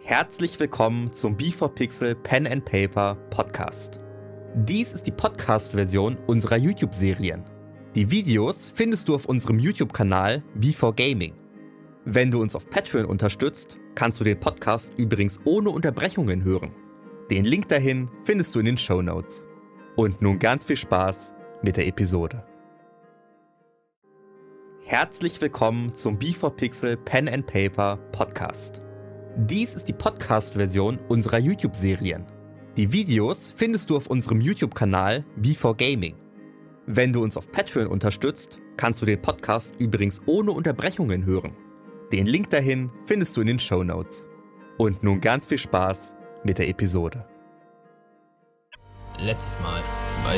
Herzlich willkommen zum B4Pixel Pen and Paper Podcast. Dies ist die Podcast-Version unserer YouTube-Serien. Die Videos findest du auf unserem YouTube-Kanal B4Gaming. Wenn du uns auf Patreon unterstützt, kannst du den Podcast übrigens ohne Unterbrechungen hören. Den Link dahin findest du in den Shownotes. Und nun ganz viel Spaß mit der Episode. Herzlich willkommen zum B4Pixel Pen and Paper Podcast. Dies ist die Podcast-Version unserer YouTube-Serien. Die Videos findest du auf unserem YouTube-Kanal B4Gaming. Wenn du uns auf Patreon unterstützt, kannst du den Podcast übrigens ohne Unterbrechungen hören. Den Link dahin findest du in den Shownotes. Und nun ganz viel Spaß mit der Episode. Letztes Mal bei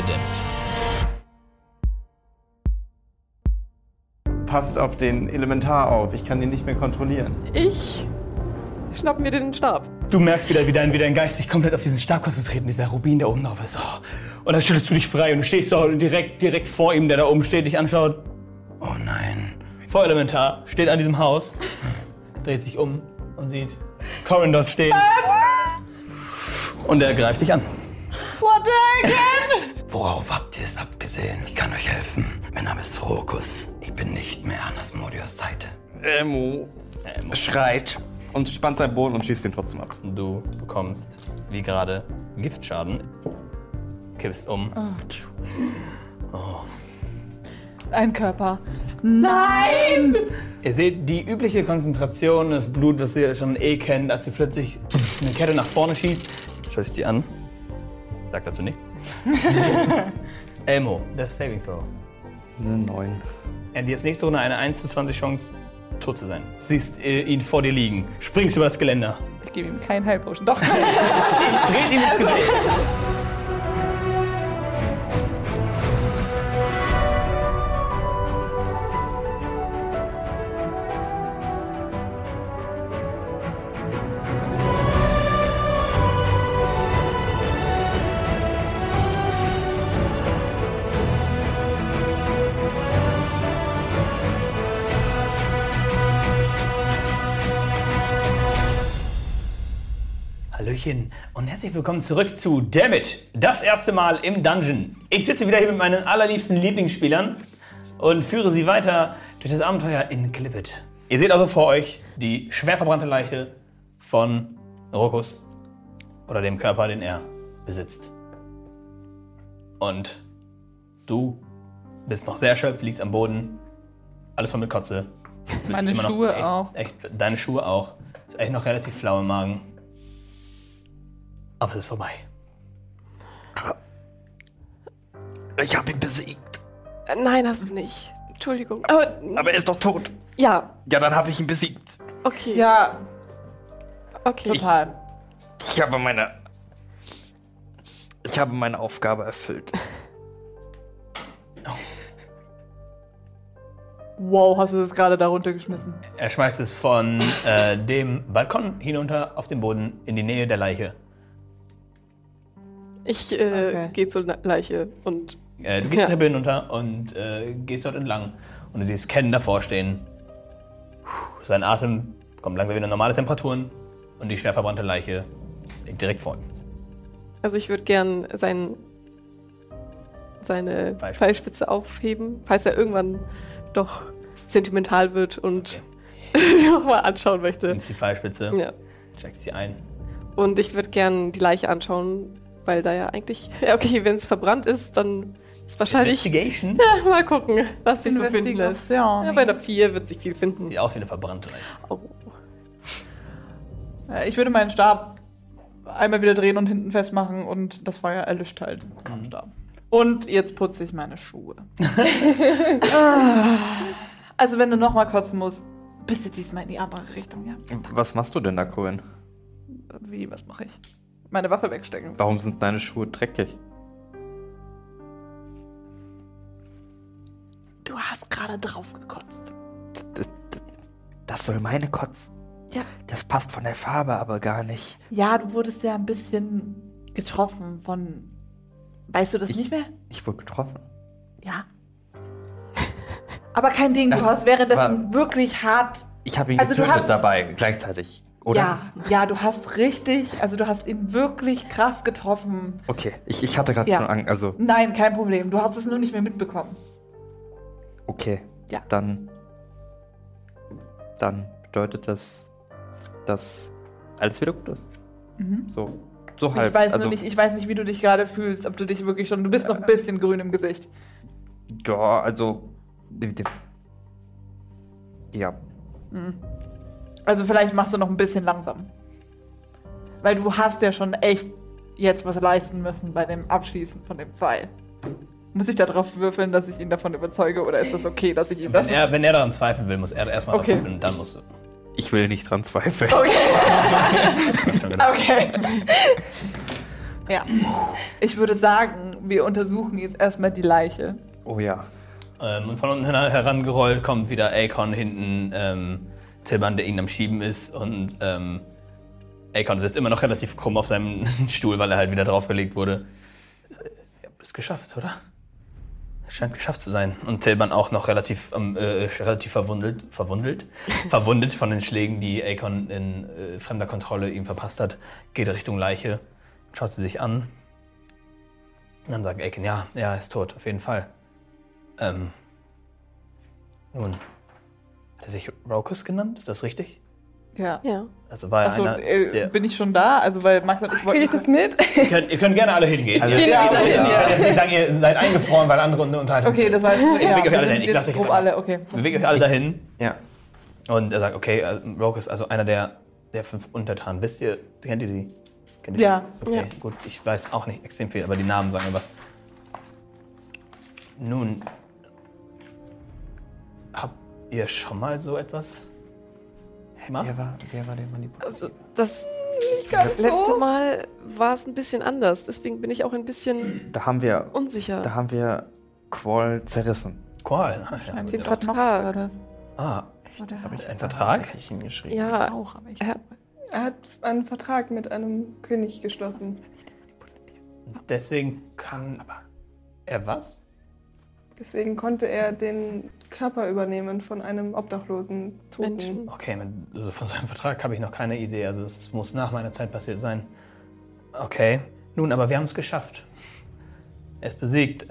Damage. Passt auf den Elementar auf, ich kann ihn nicht mehr kontrollieren. Ich schnapp mir den Stab. Du merkst wieder, wie dein Geist sich komplett auf diesen Stab konzentriert und dieser Rubin, der oben drauf ist. Oh. Und dann schüttelst du dich frei und du stehst da direkt vor ihm, der da oben steht, dich anschaut. Oh nein. Feuerelementar steht an diesem Haus, dreht sich um und sieht Corin dort stehen. Was? Und er greift dich an. What again? Worauf habt ihr es abgesehen? Ich kann euch helfen. Mein Name ist Rokus. Ich bin nicht mehr an Asmodeus Seite. Elmo schreit und spannt seinen Boden und schießt ihn trotzdem ab. Du bekommst, wie gerade, Giftschaden. Kippst um. Oh. Ein Körper. Nein! Ihr seht die übliche Konzentration, das Blut, das ihr schon kennt, als ihr plötzlich eine Kette nach vorne schießt. Schaut euch die an. Sagt dazu nichts. Elmo, das Saving Throw. Eine 9. Er hat jetzt nächste Runde eine 1 zu 20 Chance, tot zu sein. Siehst ihn vor dir liegen, springst über das Geländer. Ich gebe ihm keinen Heilpotion. Doch. Dreht ihn ins Gesicht. Hallöchen und herzlich willkommen zurück zu Damage, das erste Mal im Dungeon. Ich sitze wieder hier mit meinen allerliebsten Lieblingsspielern und führe sie weiter durch das Abenteuer in Clippet. Ihr seht also vor euch die schwer verbrannte Leiche von Rokus oder dem Körper, den er besitzt. Und du bist noch sehr erschöpft, liegst am Boden, alles voll mit Kotze. Meine Schuhe auch. Echt, deine Schuhe auch. Ist echt noch relativ flau im Magen. Aber es ist vorbei. Ich hab ihn besiegt. Nein, hast du nicht. Entschuldigung. Aber er ist doch tot. ja, Ja, dann habe ich ihn besiegt. okay. Ja, Okay. total. Ich habe meine Aufgabe erfüllt. Wow, hast du das gerade da runtergeschmissen? Er schmeißt es von dem Balkon hinunter auf den Boden in die Nähe der Leiche. Ich Okay. gehe zur Leiche und Du gehst die Treppe hinunter und gehst dort entlang. Und du siehst Ken davor stehen. Sein Atem kommt langsam wieder normale Temperaturen. Und die schwer verbrannte Leiche liegt direkt vor ihm. also ich würde gern seine Pfeilspitze aufheben, falls er irgendwann doch sentimental wird und nochmal anschauen Du möchte. nimmst die Pfeilspitze, Ja. steckst sie ein. Und ich würde gern die Leiche anschauen, weil da ja eigentlich, ja okay, wenn es verbrannt ist, dann ist wahrscheinlich, Investigation. ja, mal gucken, was sich so finden lässt. Investigation. Ja, bei der 4 wird sich viel finden. Sieht aus wie eine verbrannte Leiche. Oh. Ich würde meinen Stab einmal wieder drehen und hinten festmachen und das Feuer erlischt halt am Stab. Und jetzt putze ich meine Schuhe. Also wenn du noch mal kotzen musst, bitte diesmal in die andere Richtung, ja? Was machst du denn da, Cohen? Wie, was mache ich? Meine Waffe wegstecken. Warum sind deine Schuhe dreckig? Du hast gerade drauf gekotzt. Das soll meine kotzen. Ja. Das passt von der Farbe aber gar nicht. Ja, du wurdest ja ein bisschen getroffen von... Weißt du das nicht mehr? Ich wurde getroffen. Ja. Aber kein Ding, du hast währenddessen wirklich hart Ich habe ihn Also du getötet hast- dabei, gleichzeitig. oder? Ja, du hast du hast ihn wirklich krass getroffen. Okay, ich hatte gerade schon Angst, also... Nein, kein Problem. Du hast es nur nicht mehr mitbekommen. Okay, Ja. Dann bedeutet das, dass alles wieder gut ist. So halb. Ich weiß nicht, wie du dich gerade fühlst, ob du dich wirklich schon, du bist noch ein bisschen grün im Gesicht. Ja, also... Ja. Also vielleicht machst du noch ein bisschen langsam. Weil du hast ja schon echt jetzt was leisten müssen bei dem Abschießen von dem Pfeil. Muss ich da drauf würfeln, dass ich ihn davon überzeuge, oder ist das okay, dass ich ihm das... Wenn er daran zweifeln will, muss er erstmal Okay. drauf würfeln, dann musst du. Ich will nicht dran zweifeln. Okay. Ja. Ich würde sagen, wir untersuchen jetzt erstmal die Leiche. Oh ja. Und von unten herangerollt kommt wieder Akon hinten, Tilman, der ihn am Schieben ist. Und Akon sitzt immer noch relativ krumm auf seinem Stuhl, weil er halt wieder draufgelegt wurde. Ihr habt es geschafft, oder? Es scheint geschafft zu sein. Und Tilman auch noch relativ verwundet von den Schlägen, die Akon in fremder Kontrolle ihm verpasst hat. Geht Richtung Leiche, schaut sie sich an. Und dann sagt Akon, ja, er ist tot, auf jeden Fall. Nun, hat er sich Rokus genannt? Ist das richtig? Ja. Ja. Also war er Achso, einer, der... bin ich schon da? Also, weil Max und ich Krieg ich das mit? Ihr könnt gerne alle hingehen. Also, Ihr ja, könnt ja. jetzt nicht sagen, ihr seid eingefroren, weil andere unterhalten. Okay, das war jetzt... bewege euch alle wir dahin, sind ich lasse jetzt euch grob jetzt alle, okay. Bewegt euch alle dahin. Ja. Und er sagt, okay, Rokus, also einer der 5 Untertanen. Kennt ihr die? Kennt ihr Ja. die? Okay, Ja. gut, ich weiß auch nicht extrem viel, aber die Namen sagen mir was. Nun, habt ihr schon mal so etwas gemacht? Wer war der Manipulator? Also, das letzte Mal war es ein bisschen anders. Deswegen bin ich auch ein bisschen Da haben wir unsicher. Qual zerrissen. Qual. Ja. Den Vertrag. Ah, Hab ich ein Vertrag? Hab ich hingeschrieben. Ja, Auch, aber ich Er hat einen Vertrag mit einem König geschlossen. Deswegen kann er was? Deswegen konnte er den Körper übernehmen von einem obdachlosen Toten. Menschen. Okay, also von seinem Vertrag habe ich noch keine Idee. Also es muss nach meiner Zeit passiert sein. Okay, nun, aber wir haben es geschafft. Er ist besiegt.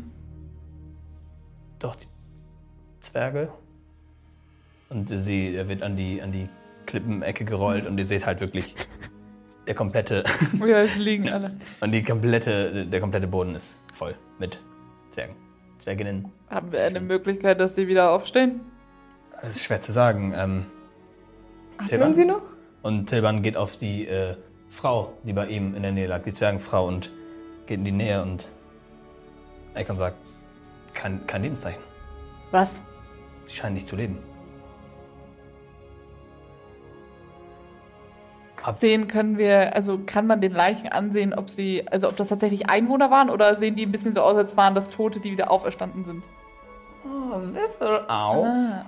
Doch die Zwerge. Und er wird an die Klippenecke gerollt und ihr seht halt wirklich der komplette... Ja, die liegen alle. Und der komplette Boden ist voll mit Zwergen. Zwerginnen. Haben wir eine Möglichkeit, dass die wieder aufstehen? Das ist schwer zu sagen. Atmen Sie noch? Und Tilban geht auf die Frau, die bei ihm in der Nähe lag, die Zwergenfrau, und geht in die Nähe und Akon sagt, kein Lebenszeichen. Was? Sie scheinen nicht zu leben. Sehen können wir, also kann man den Leichen ansehen, ob das tatsächlich Einwohner waren, oder sehen die ein bisschen so aus, als waren das Tote, die wieder auferstanden sind? Oh, Würfel auf. Ah.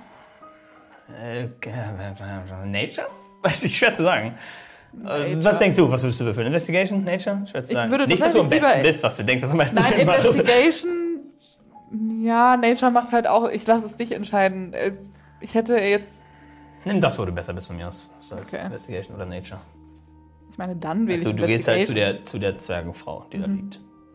Nature? Weiß ich, schwer zu sagen. Nature. Was denkst du, was würdest du würfeln? Investigation? Nature? Schwer zu Ich sagen. würde nicht, dass du am tatsächlich besten lieber- bist, was du denkst, was am besten Nein, Sinn macht. Investigation. Ja, Nature macht halt auch, ich lasse es dich entscheiden. Ich hätte jetzt, Nimm das, wo du besser bist von mir aus. Was heißt Okay. Investigation oder Nature? ich meine, dann wähle Also, ich du gehst halt Investigation. zu der Zwergenfrau, die da liegt.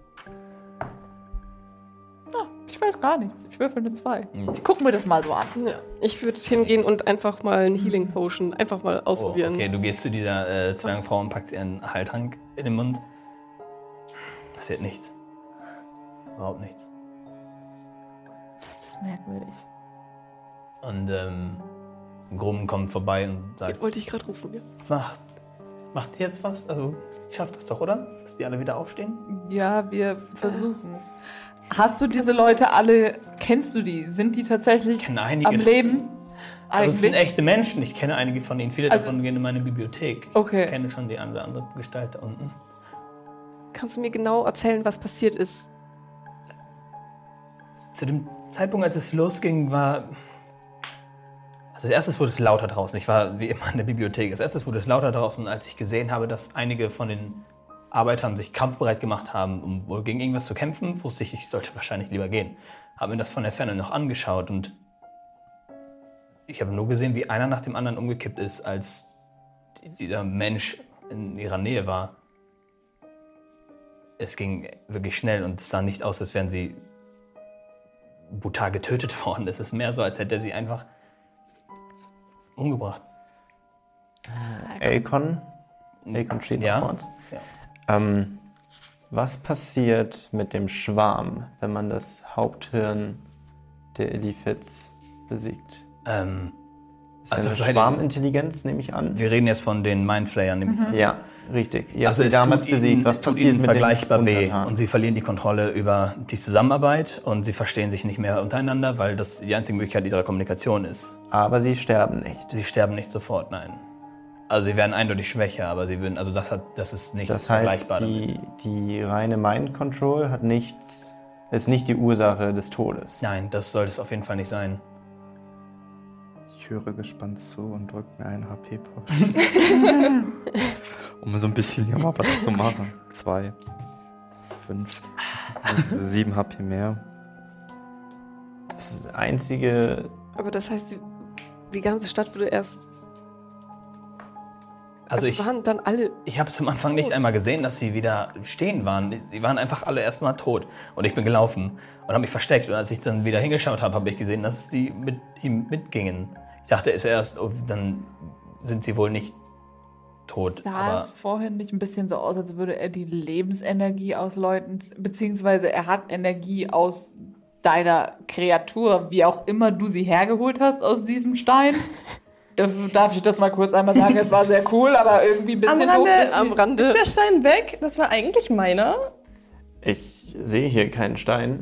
Ich weiß gar nichts. Ich würfel eine 2. Mhm. Ich gucke mir das mal so an. Ja. Ich würde hingehen und einfach mal einen Healing Potion einfach mal Oh, ausprobieren. okay, du gehst zu dieser Zwergenfrau und packst ihren Heiltrank in den Mund. Passiert nichts. Überhaupt nichts. Das ist merkwürdig. Und Grumm kommt vorbei und sagt, Das wollte ich gerade rufen. Ja. macht ihr jetzt was? Also, ich schaff das doch, oder? Dass die alle wieder aufstehen? Ja, wir versuchen es. Hast du diese Leute alle, kennst du die? Sind die tatsächlich kenne einige. am Leben? Also, es sind Eigentlich? echte Menschen. Ich kenne einige von ihnen. Viele Also- davon gehen in meine Bibliothek. Okay. Ich kenne schon die eine oder andere Gestalt da unten. Kannst du mir genau erzählen, was passiert ist? Zu dem Zeitpunkt, als es losging, war... Also als erstes wurde es lauter draußen. Ich war wie immer in der Bibliothek. Als erstes wurde es lauter draußen, und als ich gesehen habe, dass einige von den Arbeitern sich kampfbereit gemacht haben, um wohl gegen irgendwas zu kämpfen, wusste ich sollte wahrscheinlich lieber gehen. Habe mir das von der Ferne noch angeschaut und ich habe nur gesehen, wie einer nach dem anderen umgekippt ist, als dieser Mensch in ihrer Nähe war, es ging wirklich schnell und es sah nicht aus, als wären sie brutal getötet worden. Es ist mehr so, als hätte er sie einfach umgebracht. Akon steht Ja. vor uns. Ja. Was passiert mit dem Schwarm, wenn man das Haupthirn der Illithids besiegt? Ist also eine bei den- Schwarmintelligenz, nehme ich an? Wir reden jetzt von den Mindflayern. Ja, richtig. Ihr Also habt es sie damals tut besiegt. ihnen, Was es tut passiert ihnen mit vergleichbar dem weh Unterhaar? und sie verlieren die Kontrolle über die Zusammenarbeit und sie verstehen sich nicht mehr untereinander, weil das die einzige Möglichkeit ihrer Kommunikation ist. Aber sie sterben nicht. Sie sterben nicht sofort, nein. Also sie werden eindeutig schwächer, aber sie würden, also das ist nicht Das heißt, vergleichbar damit. die reine Mind Control ist nicht die Ursache des Todes. Nein, das sollte es auf jeden Fall nicht sein. Ich höre gespannt zu und drücke mir einen HP-Push. Um so ein bisschen hier mal was zu machen. 2, 5, 7 HP mehr. Das ist das einzige. Aber das heißt, die ganze Stadt wurde erst. Also ich waren dann alle. habe zum Anfang nicht einmal gesehen, dass sie wieder stehen waren. Die waren einfach alle erstmal tot. Und ich bin gelaufen und habe mich versteckt. Und als ich dann wieder hingeschaut habe, habe ich gesehen, dass sie mit ihm mitgingen. Ich dachte zuerst, oh, dann sind sie wohl nicht tot. Sah Aber es vorhin nicht ein bisschen so aus, als würde er die Lebensenergie aus Leuten, beziehungsweise er hat Energie aus deiner Kreatur, wie auch immer du sie hergeholt hast aus diesem Stein? Darf ich das mal kurz einmal sagen? Es war sehr cool, aber irgendwie ein bisschen Am Rande. Ist der Stein weg? Das war eigentlich meiner. Ich sehe hier keinen Stein.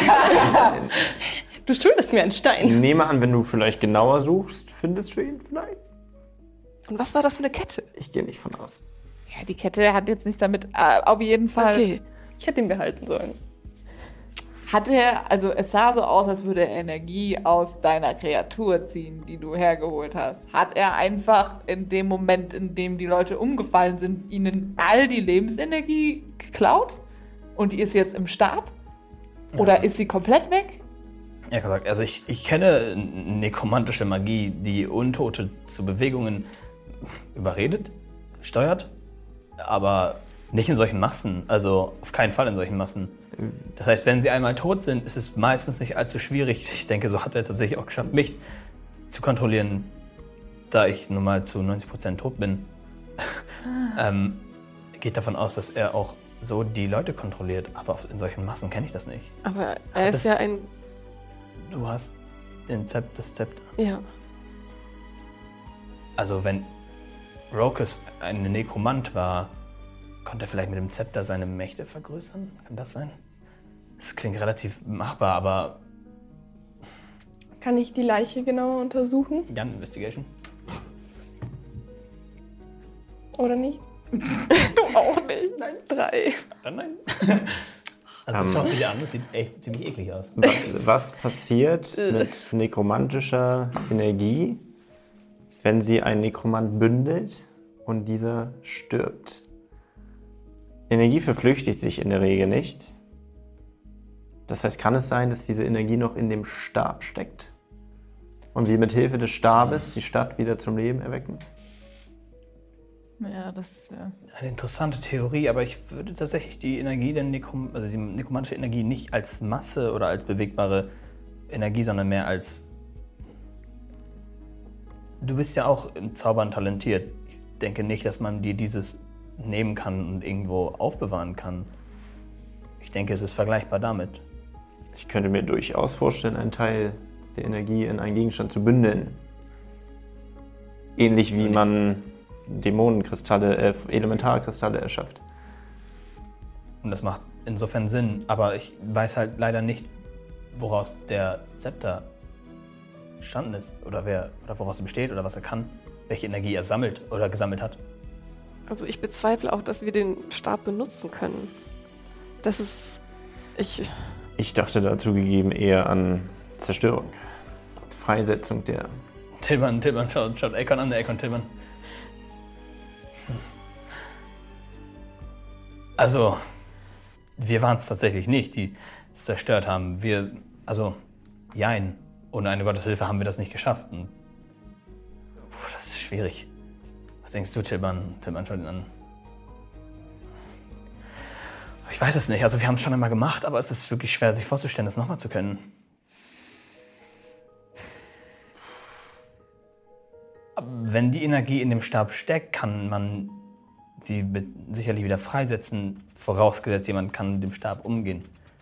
Du schuldest mir einen Ich Stein. nehme an, wenn du vielleicht genauer suchst, findest du ihn vielleicht. Und was war das für eine Kette? Ich gehe nicht von aus. Ja, die Kette hat jetzt nichts damit. Auf jeden Fall Okay. Ich hätte ihn behalten sollen. hat er, also es sah so aus, als würde er Energie aus deiner Kreatur ziehen, die du hergeholt hast. Hat er einfach in dem Moment, in dem die Leute umgefallen sind, ihnen all die Lebensenergie geklaut? Und die ist jetzt im Stab? Oder ist sie komplett weg? Ja, gesagt, also ich kenne nekromantische Magie, die Untote zu Bewegungen überredet, steuert, aber nicht in solchen Massen, also auf keinen Fall in solchen Massen. Das heißt, wenn sie einmal tot sind, ist es meistens nicht allzu schwierig. Ich denke, so hat er tatsächlich auch geschafft, mich zu kontrollieren, da ich nun mal zu 90% tot bin. Geht davon aus, dass er auch so die Leute kontrolliert, aber in solchen Massen kenne ich das nicht. Aber er ist das- ja ein. Du hast das Zepter. Ja. Also wenn Rokus ein Nekromant war, konnte er vielleicht mit dem Zepter seine Mächte vergrößern? Kann das sein? Das klingt relativ machbar, aber... Kann ich die Leiche genauer untersuchen? Jan, Investigation? Oder nicht? Du auch nicht. Nein, 3. Dann nein. Also schau es dir an, das sieht echt ziemlich eklig aus. Was passiert mit nekromantischer Energie, wenn sie einen Nekromant bündelt und dieser stirbt? Energie verflüchtigt sich in der Regel nicht. Das heißt, kann es sein, dass diese Energie noch in dem Stab steckt und wir mit Hilfe des Stabes die Stadt wieder zum Leben erwecken? Ja, das. Eine interessante Theorie, aber ich würde tatsächlich die Energie der die nekromantische Energie nicht als Masse oder als bewegbare Energie, sondern mehr als... Du bist ja auch im Zaubern talentiert. Ich denke nicht, dass man dir dieses nehmen kann und irgendwo aufbewahren kann. Ich denke, es ist vergleichbar damit. Ich könnte mir durchaus vorstellen, einen Teil der Energie in einen Gegenstand zu bündeln. Ähnlich wie man Dämonenkristalle, Elementarkristalle erschafft. Und das macht insofern Sinn, aber ich weiß halt leider nicht, woraus der Zepter entstanden ist oder woraus er besteht oder was er kann, welche Energie er sammelt oder gesammelt hat. Also ich bezweifle auch, dass wir den Stab benutzen können. Das ist... Ich dachte dazu gegeben eher an Zerstörung. Freisetzung der... Tillmann, schaut Akon an, Tillmann. Also, wir waren es tatsächlich nicht, die es zerstört haben. Jein. Ohne eine Gotteshilfe haben wir das nicht geschafft. Und, das ist schwierig. Was denkst du, Tilman? Tilman schaut ihn an. Ich weiß es nicht. Also wir haben es schon einmal gemacht, aber es ist wirklich schwer, sich vorzustellen, das nochmal zu können. Aber wenn die Energie in dem Stab steckt, kann man sie sicherlich wieder freisetzen, vorausgesetzt jemand kann mit dem Stab umgehen.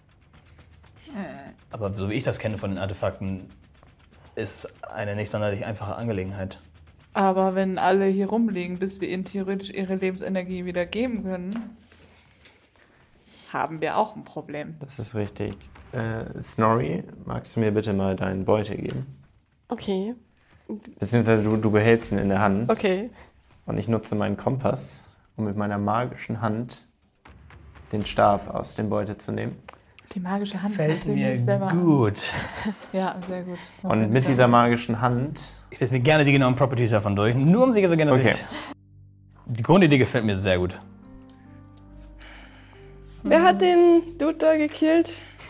Aber so wie ich das kenne von den Artefakten, ist es eine nicht sonderlich einfache Angelegenheit. Aber wenn alle hier rumliegen, bis wir ihnen theoretisch ihre Lebensenergie wieder geben können, haben wir auch ein Problem. Das ist richtig. Snorri, magst du mir bitte mal deinen Beutel geben? Okay. Beziehungsweise du behältst ihn in der Hand. Okay. Und ich nutze meinen Kompass, um mit meiner magischen Hand den Stab aus dem Beutel zu nehmen. Die magische Hand Fällt fasst ihn mir nicht selber gut. an. Ja, sehr gut. Und mit dieser magischen Hand... Ich lese mir gerne die genauen Properties davon durch, nur um sie so gerne Okay. Die Grundidee gefällt mir sehr gut. Wer hat den Dude da gekillt?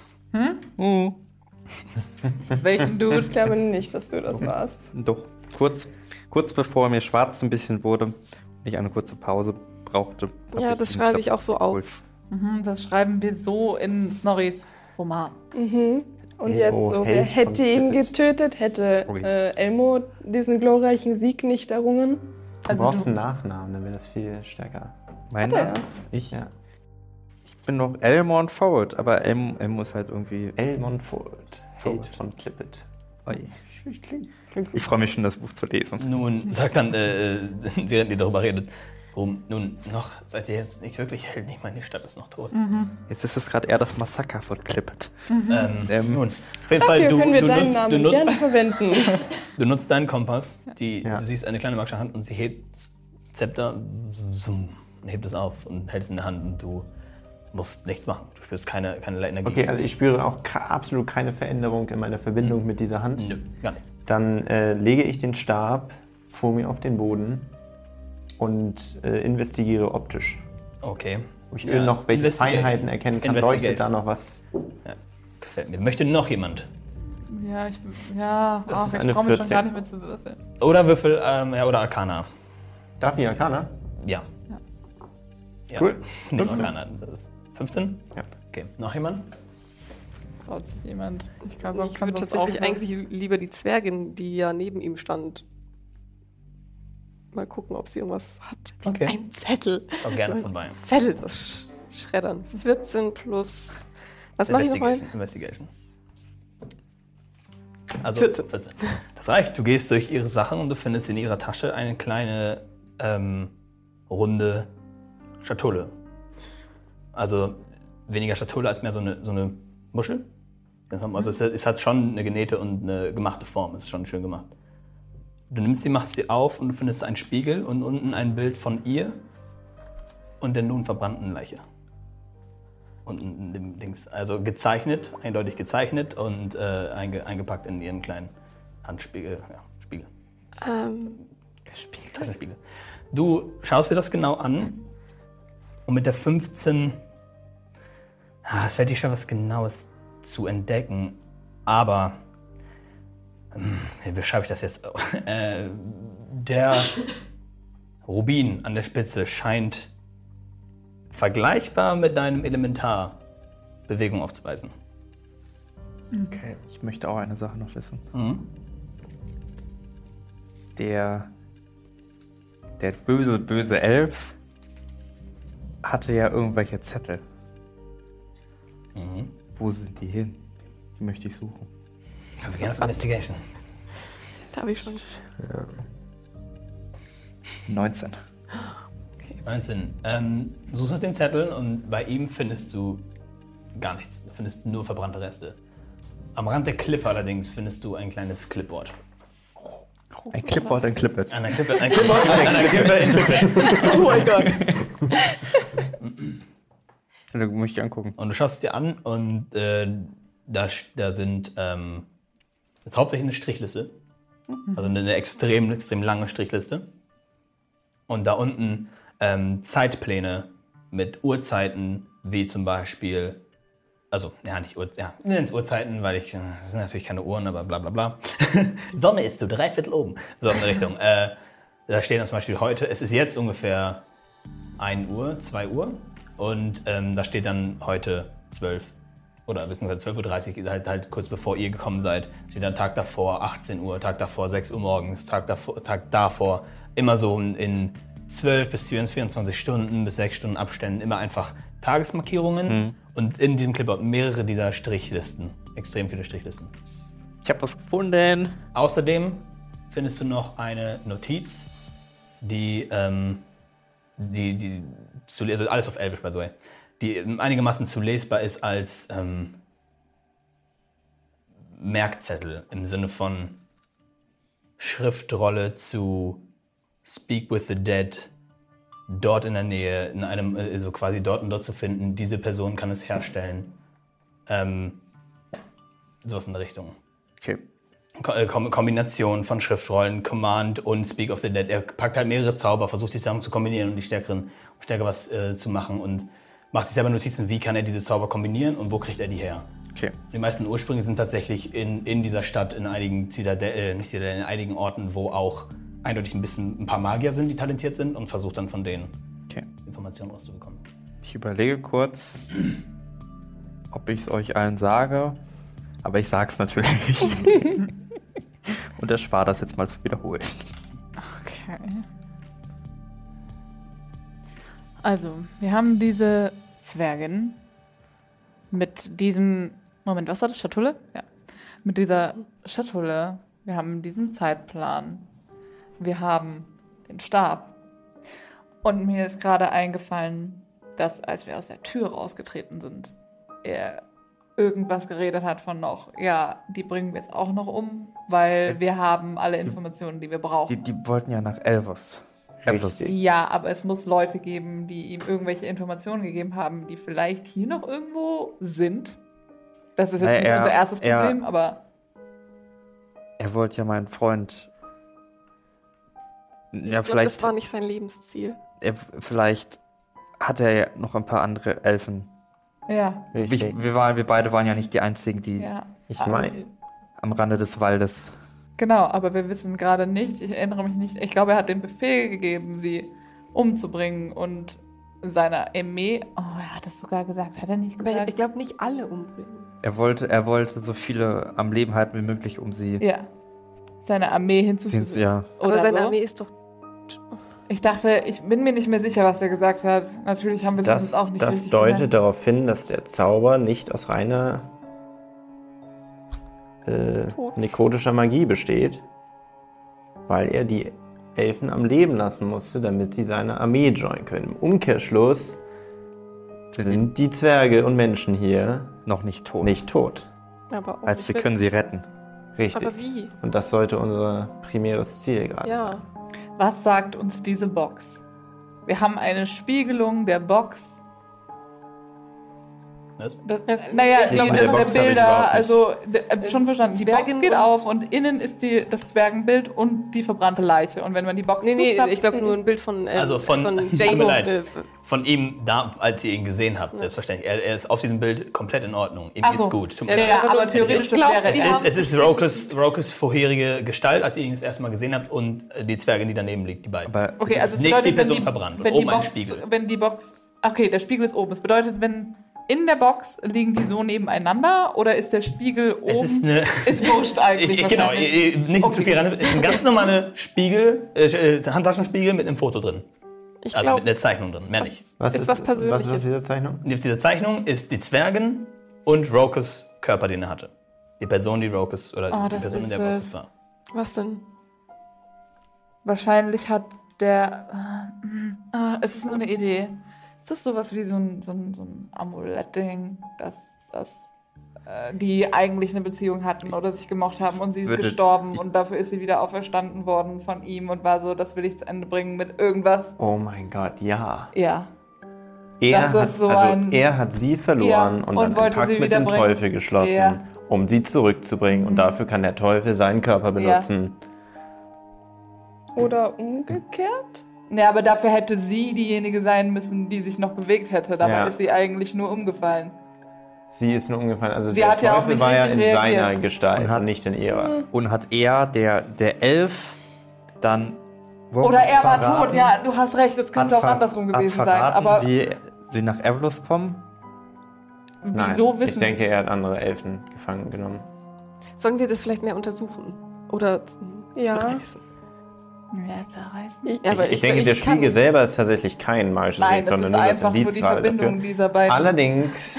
Welchen Ich Dude? glaube nicht, dass du das warst. Doch, kurz bevor mir schwarz ein bisschen wurde und ich eine kurze Pause brauchte. Ja, das schreibe ich auch so auf. Das schreiben wir so in Snorris Roman. Mhm. Und Elmo, jetzt so, wer Held von hätte ihn Tippet. getötet, hätte Okay. Elmo diesen glorreichen Sieg nicht errungen? Du Also brauchst du- einen Nachnamen, dann wäre das viel stärker. Meiner? Hat Ich Ja. bin noch Elmond Forward, aber Elmo ist halt irgendwie... Elmond Forward, Held von Tippet. Oi. Ich freue mich schon, das Buch zu lesen. Nun, sagt dann, während ihr darüber redet, nun, noch seid ihr jetzt nicht wirklich Helden. Ich meine, die Stadt ist noch tot. Jetzt ist es gerade eher das Massaker von Clippet. Nun, auf jeden Dafür Fall, können wir deinen Namen du gerne nutzt, verwenden. du nutzt deinen Kompass, Ja. du siehst eine kleine magische Hand und sie hebt das Zepter, zoom, und hebt es auf und hält es in der Hand und du musst nichts machen. Du spürst keinerlei Energie. Okay, also ich spüre auch absolut keine Veränderung in meiner Verbindung mit dieser Hand. Nö, gar nichts. Dann lege ich den Stab vor mir auf den Boden und investigiere optisch. Okay. Ob ich noch welche Investigation. Feinheiten erkennen kann, Investigation. leuchtet da noch was? Gefällt mir. Möchte noch jemand? Ja, Das ist ich eine traue mich schon 14. gar nicht mehr zu würfeln. Oder Würfel, oder Arcana. Darf ich Arcana? Ja. Ja. Ja. Cool. Nimm 15. Arcana. Das ist 15? Ja. Okay. Noch jemand? Traut sich jemand? Ich glaube, Ich würde tatsächlich eigentlich lieber die Zwergin, die ja neben ihm stand. Mal gucken, ob sie irgendwas hat. Okay. Ein Zettel. Auch gerne vorbei. Zettel, das Schreddern. 14 plus. Was mache ich nochmal? Investigation. Also 14. 14. Das reicht. Du gehst durch ihre Sachen und du findest in ihrer Tasche eine kleine, runde Schatulle. Also weniger Schatulle als mehr so eine Muschel. Also es hat schon eine genähte und eine gemachte Form. Es ist schon schön gemacht. Du nimmst sie, machst sie auf und du findest einen Spiegel und unten ein Bild von ihr und der nun verbrannten Leiche. Unten dem Dings. Also gezeichnet, eindeutig gezeichnet und eingepackt in ihren kleinen Handspiegel. Ja, Spiegel. Spiegel. Taschenspiegel. Du schaust dir das genau an und mit der 15. Es fällt dir schwer, was Genaues zu entdecken. Aber wie beschreibe ich das jetzt? Der Rubin an der Spitze scheint vergleichbar mit deinem Elementar Bewegung aufzuweisen. Okay, ich möchte auch eine Sache noch wissen. Mhm. Der böse Elf hatte ja irgendwelche Zettel. Mhm. Wo sind die hin? Die möchte ich suchen. Ja, wir gehen auf Investigation. Da habe ich schon. 19. 19. Du suchst nach den Zetteln und bei ihm findest du gar nichts. Du findest nur verbrannte Reste. Am Rand der Klippe allerdings findest du ein kleines Clipboard. Ein Clipboard, ein Clipboard. Ein Clipboard in Clipboard. Oh mein Gott. Da möchte ich angucken. Und du schaust es dir an und da sind jetzt hauptsächlich eine Strichliste. Also eine extrem lange Strichliste. Und da unten Zeitpläne mit Uhrzeiten, wie zum Beispiel, also, ja, nicht Uhrzeiten, ja, nennen es Uhrzeiten, weil das sind natürlich keine Uhren, aber bla bla bla. Sonne ist so 3/4 oben. So in der Richtung. Da stehen zum Beispiel heute, es ist jetzt ungefähr 1 Uhr, 2 Uhr und da steht dann heute 12 oder beziehungsweise 12.30 Uhr, halt kurz bevor ihr gekommen seid, steht dann Tag davor 18 Uhr, Tag davor 6 Uhr morgens, Tag davor immer so in 12 bis 24 Stunden bis 6 Stunden Abständen immer einfach Tagesmarkierungen und in diesem Clipboard mehrere dieser Strichlisten, extrem viele Strichlisten. Ich habe was gefunden. Außerdem findest du noch eine Notiz, die also alles auf Elvisch, by the way, die einigermaßen zu lesbar ist als Merkzettel im Sinne von Schriftrolle zu Speak with the Dead, dort in der Nähe, in einem, also quasi dort und dort zu finden, diese Person kann es herstellen. Sowas in der Richtung. Okay. Kombination von Schriftrollen, Command und Speak of the Dead. Er packt halt mehrere Zauber, versucht sich zusammen zu kombinieren und stärker was zu machen und macht sich selber Notizen, wie kann er diese Zauber kombinieren und wo kriegt er die her. Okay. Die meisten Ursprünge sind tatsächlich in dieser Stadt, in einigen in einigen Orten, wo auch eindeutig ein paar Magier sind, die talentiert sind und versucht dann von denen Informationen rauszubekommen. Ich überlege kurz, ob ich es euch allen sage, aber ich sag's natürlich nicht. Und erspare das jetzt mal zu wiederholen. Okay. Also, wir haben diese Zwergin mit diesem... Moment, was war das? Schatulle? Ja. Mit dieser Schatulle. Wir haben diesen Zeitplan. Wir haben den Stab. Und mir ist gerade eingefallen, dass, als wir aus der Tür rausgetreten sind, er irgendwas geredet hat von noch, ja, die bringen wir jetzt auch noch um, weil wir haben alle Informationen, die wir brauchen. Die wollten ja nach Elvos. Ja, aber es muss Leute geben, die ihm irgendwelche Informationen gegeben haben, die vielleicht hier noch irgendwo sind. Das ist jetzt nicht unser erstes Problem, aber... Er wollte ja meinen Freund... Ja, Ich glaube, das war nicht sein Lebensziel. Vielleicht hat er ja noch ein paar andere Elfen. Ja. Wir beide waren ja nicht die Einzigen, die am Rande des Waldes... Genau, aber wir wissen gerade nicht, ich erinnere mich nicht, ich glaube, er hat den Befehl gegeben, sie umzubringen und seiner Armee, er hat es sogar gesagt, hat er nicht gesagt? Aber ich glaube, nicht alle umbringen. Er wollte so viele am Leben halten wie möglich, um sie... Ja, seine Armee hinzuzufügen. Ja. Aber seine Armee ist doch... Ich dachte, ich bin mir nicht mehr sicher, was er gesagt hat. Natürlich haben wir es auch nicht richtig Das deutet gemerkt. darauf hin, dass der Zauber nicht aus reiner nekrotischer Magie besteht, weil er die Elfen am Leben lassen musste, damit sie seine Armee joinen können. Im Umkehrschluss sind die Zwerge und Menschen hier noch nicht tot. Aber auch wir können sie retten. Richtig. Aber wie? Und das sollte unser primäres Ziel gerade sein. Ja. Was sagt uns diese Box? Wir haben eine Spiegelung der Box. Was? Ich glaube, mit der Box der hab ich Bilder, überhaupt also schon verstanden. Die Box Zwergen geht und- auf und innen ist das Zwergenbild und die verbrannte Leiche. Und wenn man die Box zuklappt, ich glaube nur ein Bild von Tut mir Jason. leid. Von ihm, da, als ihr ihn gesehen habt, selbstverständlich. Er ist auf diesem Bild komplett in Ordnung. Ihm geht's gut. Tut mir leid. aber theoretisch das wäre Es ist Rokus vorherige Gestalt, als ihr ihn das erste Mal gesehen habt, und die Zwergin, die daneben liegt, die beiden. Aber Okay, Es also ist es nicht bedeutet, die Person verbrannt und oben ein Spiegel. Wenn die Box, okay, der Spiegel ist oben. Es bedeutet, wenn in der Box liegen die so nebeneinander oder ist der Spiegel oben? Es ist eine... Ist wurscht eigentlich. Genau, wahrscheinlich. nicht Okay. zu viel rein. Es ist ein ganz normaler Spiegel, Handtaschenspiegel mit einem Foto drin. Ich Also mit glaube, einer Zeichnung drin, mehr nicht. Ist was Persönliches. Was ist auf dieser Zeichnung? Und auf dieser Zeichnung ist die Zwergin und Rokus Körper, den er hatte. Die Person, die Rokus, oder die das Person, in ist der es. Rokus war. was denn? Wahrscheinlich hat der... es ist nur eine Idee. Ist das sowas wie so ein Amulett-Ding, dass die eigentlich eine Beziehung hatten oder sich gemocht haben und sie ist gestorben und dafür ist sie wieder auferstanden worden von ihm und war so, das will ich zu Ende bringen mit irgendwas. Oh mein Gott, ja. Ja. Er Das ist so er hat sie verloren Ja, und und dann einen wollte Pakt sie mit dem wiederbringen. Teufel geschlossen, Ja. um sie zurückzubringen. Und dafür kann der Teufel seinen Körper benutzen. Oder umgekehrt? Ja, aber dafür hätte sie diejenige sein müssen, die sich noch bewegt hätte. Dabei Ja. ist sie eigentlich nur umgefallen. Sie ist nur umgefallen. Also Sie der hat ja auch Teufel nicht war ja richtig in reagiert. seiner Gestalt Und hat- und nicht in ihrer. Und hat er, der Elf, dann Oder er war tot, ja, du hast recht, es könnte auch andersrum gewesen sein. Aber wie sie nach Evolus kommen? Nein, wieso wissen ich denke, er hat andere Elfen gefangen genommen. Sollen wir das vielleicht mehr untersuchen? Oder Ja. zerreißen? Ja, Ich denke, der Spiegel selber ist tatsächlich kein magisches Nein, Objekt, das sondern ist nur das einfach nur Indiz die gerade Verbindung dafür. dieser beiden. Allerdings...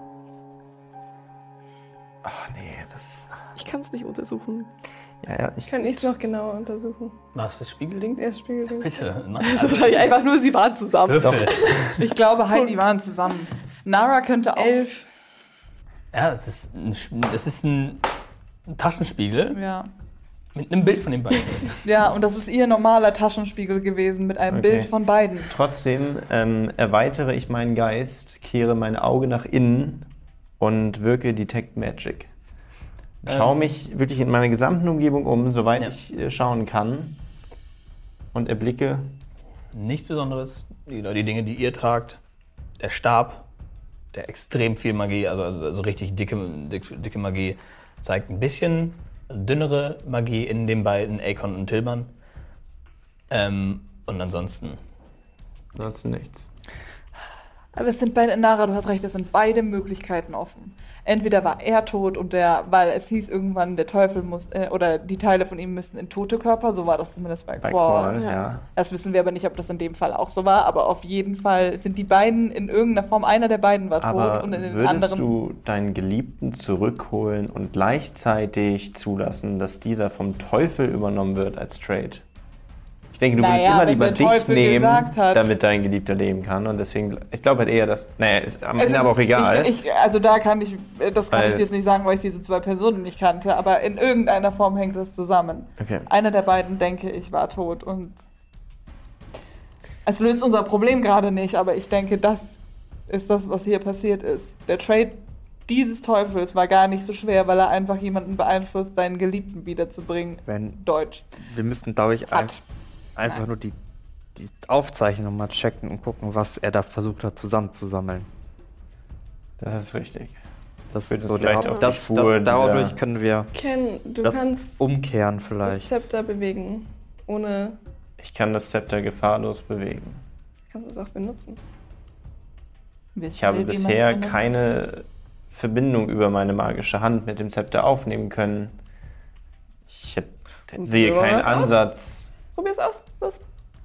Ach nee, das ist... Ich kann es nicht untersuchen. Ja, Kann ich es noch genauer untersuchen? Was, das Spiegelding? Das Spiegelding. Bitte. Das ist wahrscheinlich einfach nur, sie waren zusammen. Würfel. Ich glaube halt, die waren zusammen. Nara könnte auch. 11. Ja, es ist ein Taschenspiegel Ja. mit einem Bild von den beiden. Ja, und das ist ihr normaler Taschenspiegel gewesen mit einem Okay. Bild von beiden. Trotzdem erweitere ich meinen Geist, kehre mein Auge nach innen und wirke Detect Magic. Schau mich wirklich in meiner gesamten Umgebung um, soweit ich schauen kann, und erblicke. Nichts Besonderes. Die Dinge, die ihr tragt. Der Stab, der extrem viel Magie, also richtig dicke Magie, zeigt ein bisschen dünnere Magie in den beiden, Akon und Tilman. Und ansonsten Nichts. Aber es sind beide, Nara, du hast recht, es sind beide Möglichkeiten offen. Entweder war er tot und weil es hieß irgendwann, der Teufel muss, oder die Teile von ihm müssten in tote Körper, so war das zumindest bei Qual. Ja. Das wissen wir aber nicht, ob das in dem Fall auch so war, aber auf jeden Fall sind die beiden in irgendeiner Form, einer der beiden war tot Aber und in den würdest anderen... du deinen Geliebten zurückholen und gleichzeitig zulassen, dass dieser vom Teufel übernommen wird als Trade? Ich denke, du würdest Naja, immer wenn lieber der dich Teufel nehmen, gesagt hat- damit dein Geliebter leben kann. Und deswegen, ich glaube halt eher, dass... Naja, ist am Ende aber auch egal. Also da kann ich, das kann Weil- ich jetzt nicht sagen, weil ich diese zwei Personen nicht kannte, aber in irgendeiner Form hängt das zusammen. Okay. Einer der beiden, denke ich, war tot und es löst unser Problem gerade nicht, aber ich denke, das ist das, was hier passiert ist. Der Trade dieses Teufels war gar nicht so schwer, weil er einfach jemanden beeinflusst, seinen Geliebten wiederzubringen. Deutsch. Wir müssten, glaube ich, einfach nur die Aufzeichnung mal checken und gucken, was er da versucht hat zusammenzusammeln. Das ist richtig. Das Wird ist so vielleicht der auch die das Spuren dadurch wieder- können wir Ken, du das kannst umkehren das vielleicht. Zepter bewegen. Ohne. Ich kann das Zepter gefahrlos bewegen. Kannst es auch benutzen. Ich habe bisher keine Verbindung über meine magische Hand mit dem Zepter aufnehmen können. Ich sehe Probier keinen was aus. Ansatz. Probier's aus. Los.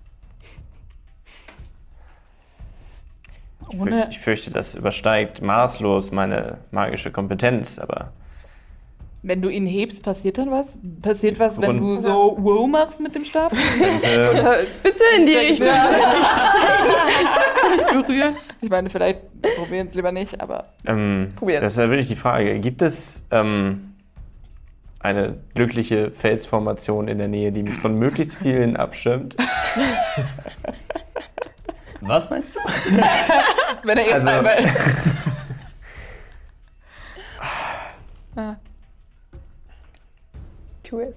Ich fürchte, das übersteigt maßlos meine magische Kompetenz, aber Wenn du ihn hebst, passiert dann was? Passiert was, wenn du Und- so wow machst mit dem Stab? könnte, Bitte in die Richtung. Berühren. Ich meine, vielleicht probieren es lieber nicht, aber Probier's. das ist ja wirklich die Frage. Gibt es eine glückliche Felsformation in der Nähe, die mich von möglichst vielen abschirmt? Was meinst du? wenn er jetzt Also- einmal... Tu es.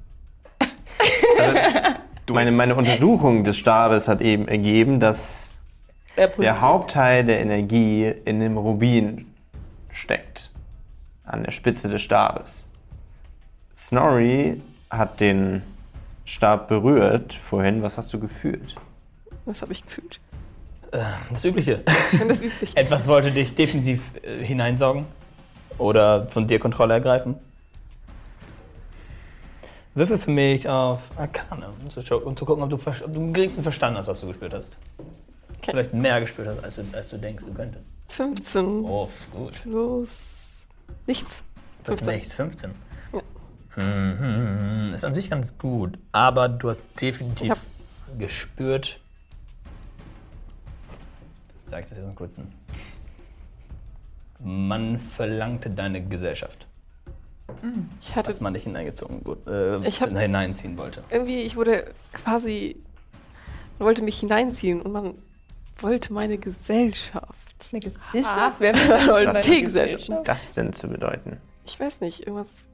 Meine Untersuchung des Stabes hat eben ergeben, dass der Hauptteil der Energie in dem Rubin steckt. An der Spitze des Stabes. Snorri hat den Stab berührt vorhin. Was hast du gefühlt? Was habe ich gefühlt? Das Übliche. Das Übliche. Etwas wollte dich definitiv hineinsaugen oder von dir Kontrolle ergreifen. Würfel für mich auf Arcana, um zu gucken, ob du am geringsten verstanden hast, was du gespürt hast. Okay. Vielleicht mehr gespürt hast, als du denkst, du könntest. 15 Oh, gut. plus nichts. Das ist 15. nichts, 15. Ja. Ist an sich ganz gut, aber du hast definitiv Ich hab- gespürt. Sag ich das jetzt mal kurz. Man verlangte deine Gesellschaft, Ich hatte als man dich Ich hab- hineinziehen wollte. irgendwie, ich wurde quasi, man wollte mich hineinziehen und man wollte meine Gesellschaft. Eine Gesellschaft? Ah, Wer was wollte soll Teegesellschaft? Das denn zu bedeuten? Ich weiß nicht, irgendwas.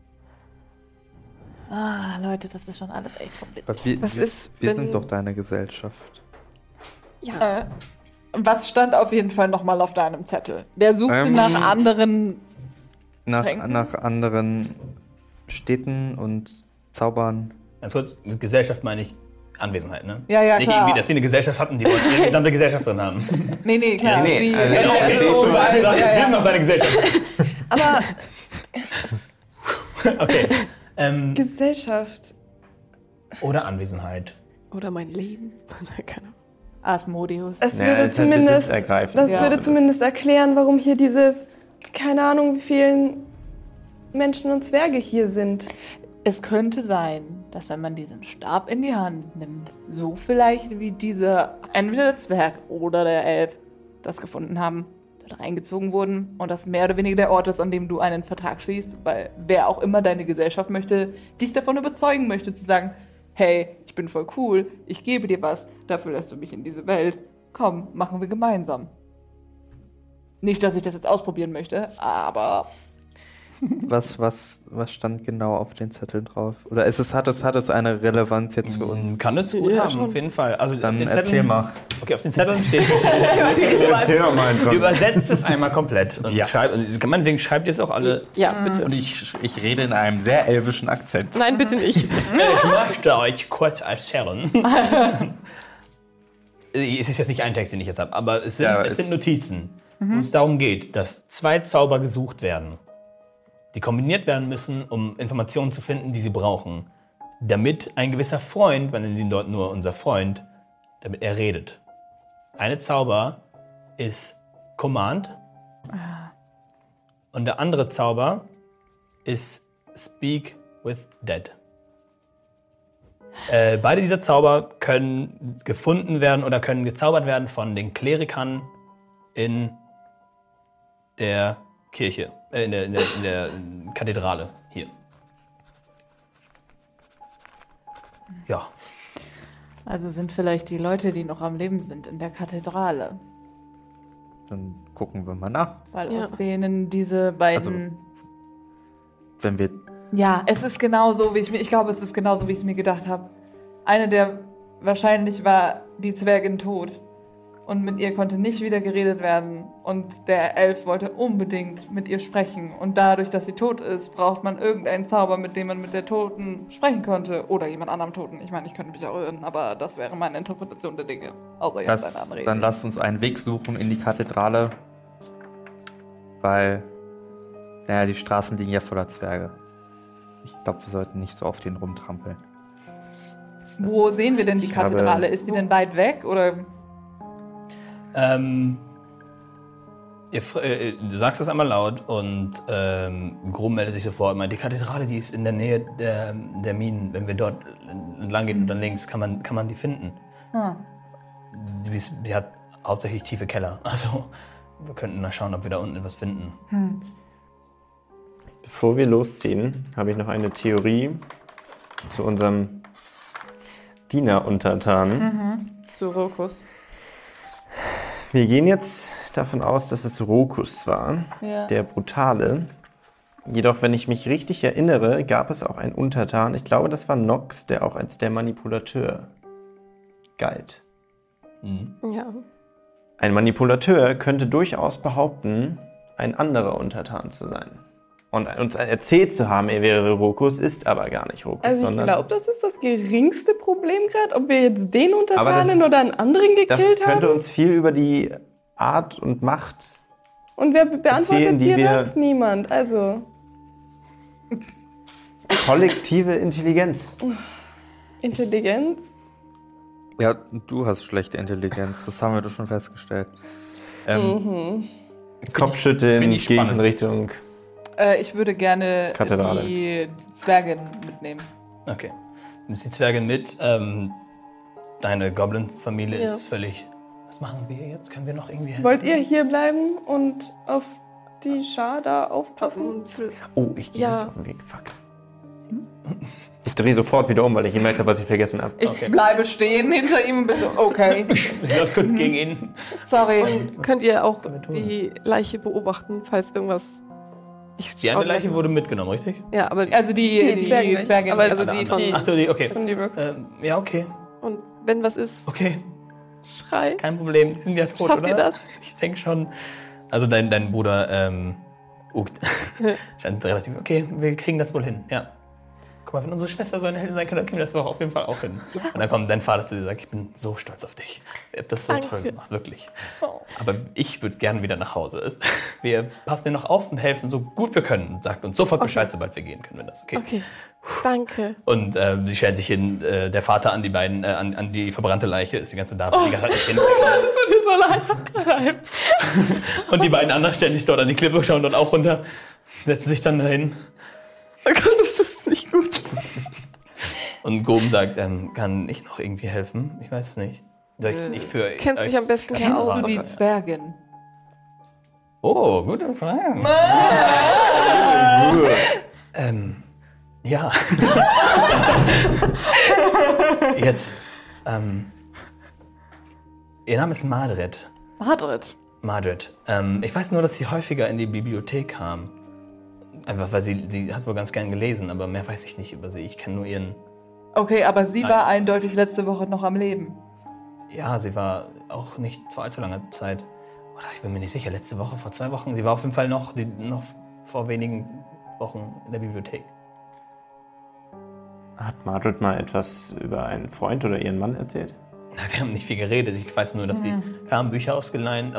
Leute, das ist schon alles echt kompliziert. Was ist, wir wenn- sind doch deine Gesellschaft. Ja, Was stand auf jeden Fall nochmal auf deinem Zettel? Der suchte nach anderen... Nach Tränken? anderen Städten und Zaubern. Ganz kurz, mit Gesellschaft meine ich Anwesenheit, ne? Ja, ja, Nicht klar. irgendwie, dass sie eine Gesellschaft hatten, die wollten ihre gesamte Gesellschaft drin haben. Nee, klar. Nee, Sie, Okay, wir haben noch deine Gesellschaft. Aber Okay. Gesellschaft. Oder Anwesenheit. Oder mein Leben. Keine Ahnung. Asmodeus. Es Ja, würde es ist halt zumindest, besitzergreifend. das Ja. würde zumindest erklären, warum hier diese, keine Ahnung, wie vielen Menschen und Zwerge hier sind. Es könnte sein, dass wenn man diesen Stab in die Hand nimmt, so vielleicht wie dieser, entweder der Zwerg oder der Elf, das gefunden haben, dort reingezogen wurden und das mehr oder weniger der Ort ist, an dem du einen Vertrag schließt, weil wer auch immer deine Gesellschaft möchte, dich davon überzeugen möchte, zu sagen, hey, ich bin voll cool, ich gebe dir was, dafür lässt du mich in diese Welt, komm, machen wir gemeinsam. Nicht, dass ich das jetzt ausprobieren möchte, aber... Was stand genau auf den Zetteln drauf? Oder hat es eine Relevanz jetzt für uns? Kann es gut Ja, haben, schon. auf jeden Fall. Also Dann den erzähl Zetteln- mal. Okay, auf den Zetteln steht... Erzähl doch mal einfach. Übersetzt es einmal komplett. Und Ja. meinetwegen schreibt ihr es auch alle... Ja, bitte. Und ich rede in einem sehr elvischen Akzent. Nein, bitte nicht. Ich möchte euch kurz erzählen. Es ist jetzt nicht ein Text, den ich jetzt habe, aber es sind Notizen, wo es darum geht, dass 2 Zauber gesucht werden, die kombiniert werden müssen, um Informationen zu finden, die sie brauchen, damit ein gewisser Freund, man nennt ihn dort nur unser Freund, damit er redet. Eine Zauber ist Command und der andere Zauber ist Speak with Dead. Beide dieser Zauber können gefunden werden oder können gezaubert werden von den Klerikern in der Kirche, in der Kathedrale hier. Ja. Also sind vielleicht die Leute, die noch am Leben sind, in der Kathedrale. Dann gucken wir mal nach. Weil Ja. aus denen diese beiden... Wenn wir Ja, es ist genau so, wie ich glaube, es ist genau so, wie ich es mir gedacht habe. Eine der, wahrscheinlich war die Zwergin tot. Und mit ihr konnte nicht wieder geredet werden. Und der Elf wollte unbedingt mit ihr sprechen. Und dadurch, dass sie tot ist, braucht man irgendeinen Zauber, mit dem man mit der Toten sprechen konnte. Oder jemand anderem Toten. Ich meine, ich könnte mich auch irren, aber das wäre meine Interpretation der Dinge. Außer jetzt eine andere dann Idee. lasst uns einen Weg suchen in die Kathedrale. Weil, naja, die Straßen liegen ja voller Zwerge. Ich glaube, wir sollten nicht so auf den rumtrampeln. Wo sehen wir denn die Kathedrale? Ist die denn weit weg? Oder... Du sagst das einmal laut und Grum meldet sich sofort. Meint, die Kathedrale, die ist in der Nähe der Minen. Wenn wir dort entlang gehen und dann links, kann man die finden. Ah. Die hat hauptsächlich tiefe Keller. Also wir könnten mal schauen, ob wir da unten etwas finden. Bevor wir losziehen, habe ich noch eine Theorie zu unserem Diener-Untertan. Zu Rokus. Wir gehen jetzt davon aus, dass es Rokus war, Ja. der Brutale. Jedoch, wenn ich mich richtig erinnere, gab es auch einen Untertan. Ich glaube, das war Nox, der auch als der Manipulateur galt. Ja. Ein Manipulateur könnte durchaus behaupten, ein anderer Untertan zu sein. Und uns erzählt zu haben, er wäre Rokus, ist aber gar nicht Rokus. Also ich sondern glaube, das ist das geringste Problem gerade, ob wir jetzt den Aber Untertanen das- oder einen anderen das gekillt könnte haben. uns viel über die Art und Macht. Und wer erzählen, beantwortet die dir wir- das? Niemand. Also Kollektive Intelligenz. Intelligenz. Ja, du hast schlechte Intelligenz, das haben wir doch schon festgestellt. Kopfschütteln find ich gehe ich in spannend. Richtung. Ich würde gerne Kathedrale. die Zwergin mitnehmen. Okay. Du nimmst die Zwergin mit. Deine Goblin-Familie Ja. ist völlig... Was machen wir jetzt? Können wir noch irgendwie helfen? Wollt ihr hier bleiben und auf die Schar da aufpassen? Oh, ich gehe Ja. auf den Weg. Fuck. Ich drehe sofort wieder um, weil ich gemerkt habe, was ich vergessen habe. Ich Okay. bleibe stehen hinter ihm und bin so, okay, Ich lauf kurz gegen ihn. sorry. Und könnt ihr auch Können wir tun. die Leiche beobachten, falls irgendwas... Die eine Leiche wurde mitgenommen, richtig? Ja, aber... Also die Die Zwergin. Zwergin. Aber also alle die anderen. von- Ach du, okay. Von die Rook. Ja, okay. Und wenn was ist, Okay, schrei. kein Problem. Die sind ja tot, Schafft oder? ihr das? Ich denke schon. Also dein Bruder uckt. Scheint relativ... Okay, wir kriegen das wohl hin, ja. guck mal, wenn unsere Schwester so eine Heldin sein kann, dann kriegen wir das doch auf jeden Fall auch hin. Und dann kommt dein Vater zu dir und sagt, ich bin so stolz auf dich. Ihr habt das so toll gemacht, wirklich. Aber ich würde gerne wieder nach Hause. Wir passen dir noch auf und helfen so gut wir können. Und sagt uns sofort Bescheid, sobald wir gehen können, wir das. Okay, danke. Und sie stellen sich hin, der Vater an die beiden, an die verbrannte Leiche, ist die ganze Zeit die ganze Zeit hin. Tut mir so leid. Und die beiden anderen stellen sich dort an die Klippe, schauen dort auch runter, setzen sich dann dahin. Oh Gott, das ist nicht gut. Und Gom sagt, kann ich noch irgendwie helfen? Ich weiß es nicht. Soll ich für Kennst dich am besten Kennst aus. du die Zwergin? Oh, gute Frage. Ja. Jetzt, ihr Name ist Madred. Madred. Ich weiß nur, dass sie häufiger in die Bibliothek kam. Einfach, weil sie hat wohl ganz gern gelesen, aber mehr weiß ich nicht über sie. Ich kenne nur ihren... Okay, aber sie war eindeutig letzte Woche noch am Leben. Ja, sie war auch nicht vor allzu langer Zeit. Oder ich bin mir nicht sicher, letzte Woche, vor 2 Wochen. Sie war auf jeden Fall noch vor wenigen Wochen in der Bibliothek. Hat Margaret mal etwas über einen Freund oder ihren Mann erzählt? Na, wir haben nicht viel geredet. Ich weiß nur, dass sie kam, Bücher ausgeliehen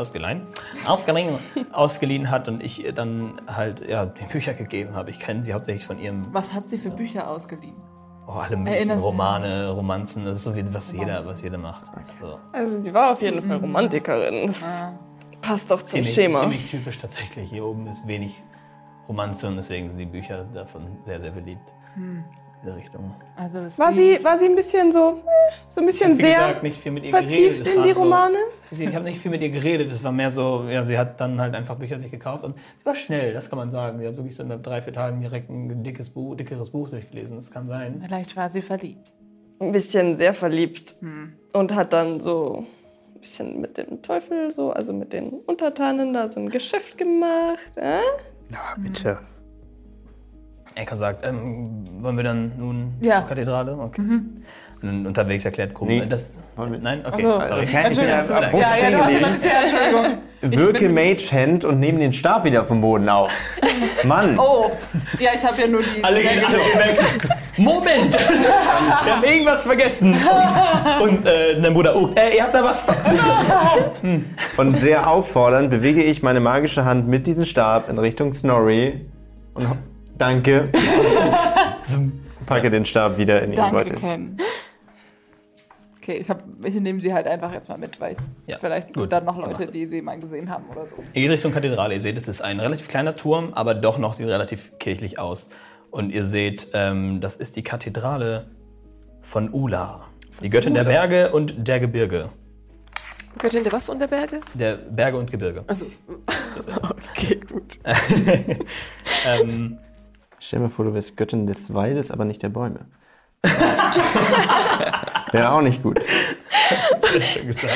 hat und ich ihr dann halt die Bücher gegeben habe. Ich kenne sie hauptsächlich von ihrem... Was hat sie für Bücher ausgeliehen? Oh, alle möglichen Romane, Romanzen, das ist so wie was jeder macht. So. Also sie war auf jeden Fall Romantikerin. Das passt doch zum Schema. Ziemlich typisch tatsächlich. Hier oben ist wenig Romanze und deswegen sind die Bücher davon sehr, sehr beliebt. In der Richtung. Also war sie ein bisschen so ein bisschen wie sehr gesagt, nicht viel mit ihr vertieft geredet. in die Romane? Ich habe nicht viel mit ihr geredet, es war mehr so, sie hat dann halt einfach Bücher sich gekauft und sie war schnell, das kann man sagen. Sie hat wirklich so in 3-4 Tagen direkt ein dickeres Buch durchgelesen, das kann sein. Vielleicht war sie verliebt. Ein bisschen sehr verliebt und hat dann so ein bisschen mit dem Teufel, also mit den Untertanen da so ein Geschäft gemacht. Na, bitte. Eka sagt, wollen wir dann nun zur Kathedrale? Okay. Und unterwegs erklärt Krumm, Nein? Okay. Sorry. Ich bin ja du hast Entschuldigung. Wirke Mage Hand und nehme den Stab wieder vom Boden auf. Mann! Oh, ja, ich habe ja nur die... Alle gehen weg. Moment! Wir haben irgendwas vergessen. Und dein Bruder, ihr habt da was vergessen. Und sehr auffordernd bewege ich meine magische Hand mit diesem Stab in Richtung Snorri. Und danke. Packe den Stab wieder in ihren Beutel. Ken. Okay, ich nehme sie halt einfach jetzt mal mit, weil vielleicht gut, dann noch Leute, die sie mal gesehen haben oder so. Ihr geht Richtung Kathedrale. Ihr seht, es ist ein relativ kleiner Turm, aber doch noch sieht relativ kirchlich aus. Und ihr seht, das ist die Kathedrale von Ula. Die Göttin der Berge und der Gebirge. Göttin der was und der Berge? Der Berge und Gebirge. Also, okay, gut. Stell mir vor, du wärst Göttin des Waldes, aber nicht der Bäume. Wäre auch nicht gut. Das hast du gesagt.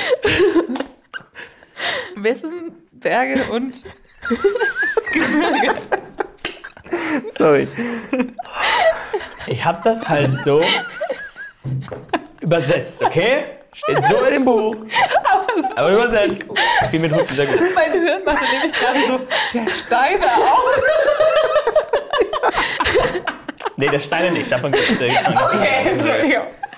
Wessen Berge und Gebirge? Sorry. Ich habe das halt so übersetzt, okay? Steht so in dem Buch. Aber übersetzt. Viel mit Hunden, sehr gut. Mein Hirn machte nämlich gerade so, der Steine auch. Nee, der Steine nicht. Davon gibt es Okay, Entschuldigung.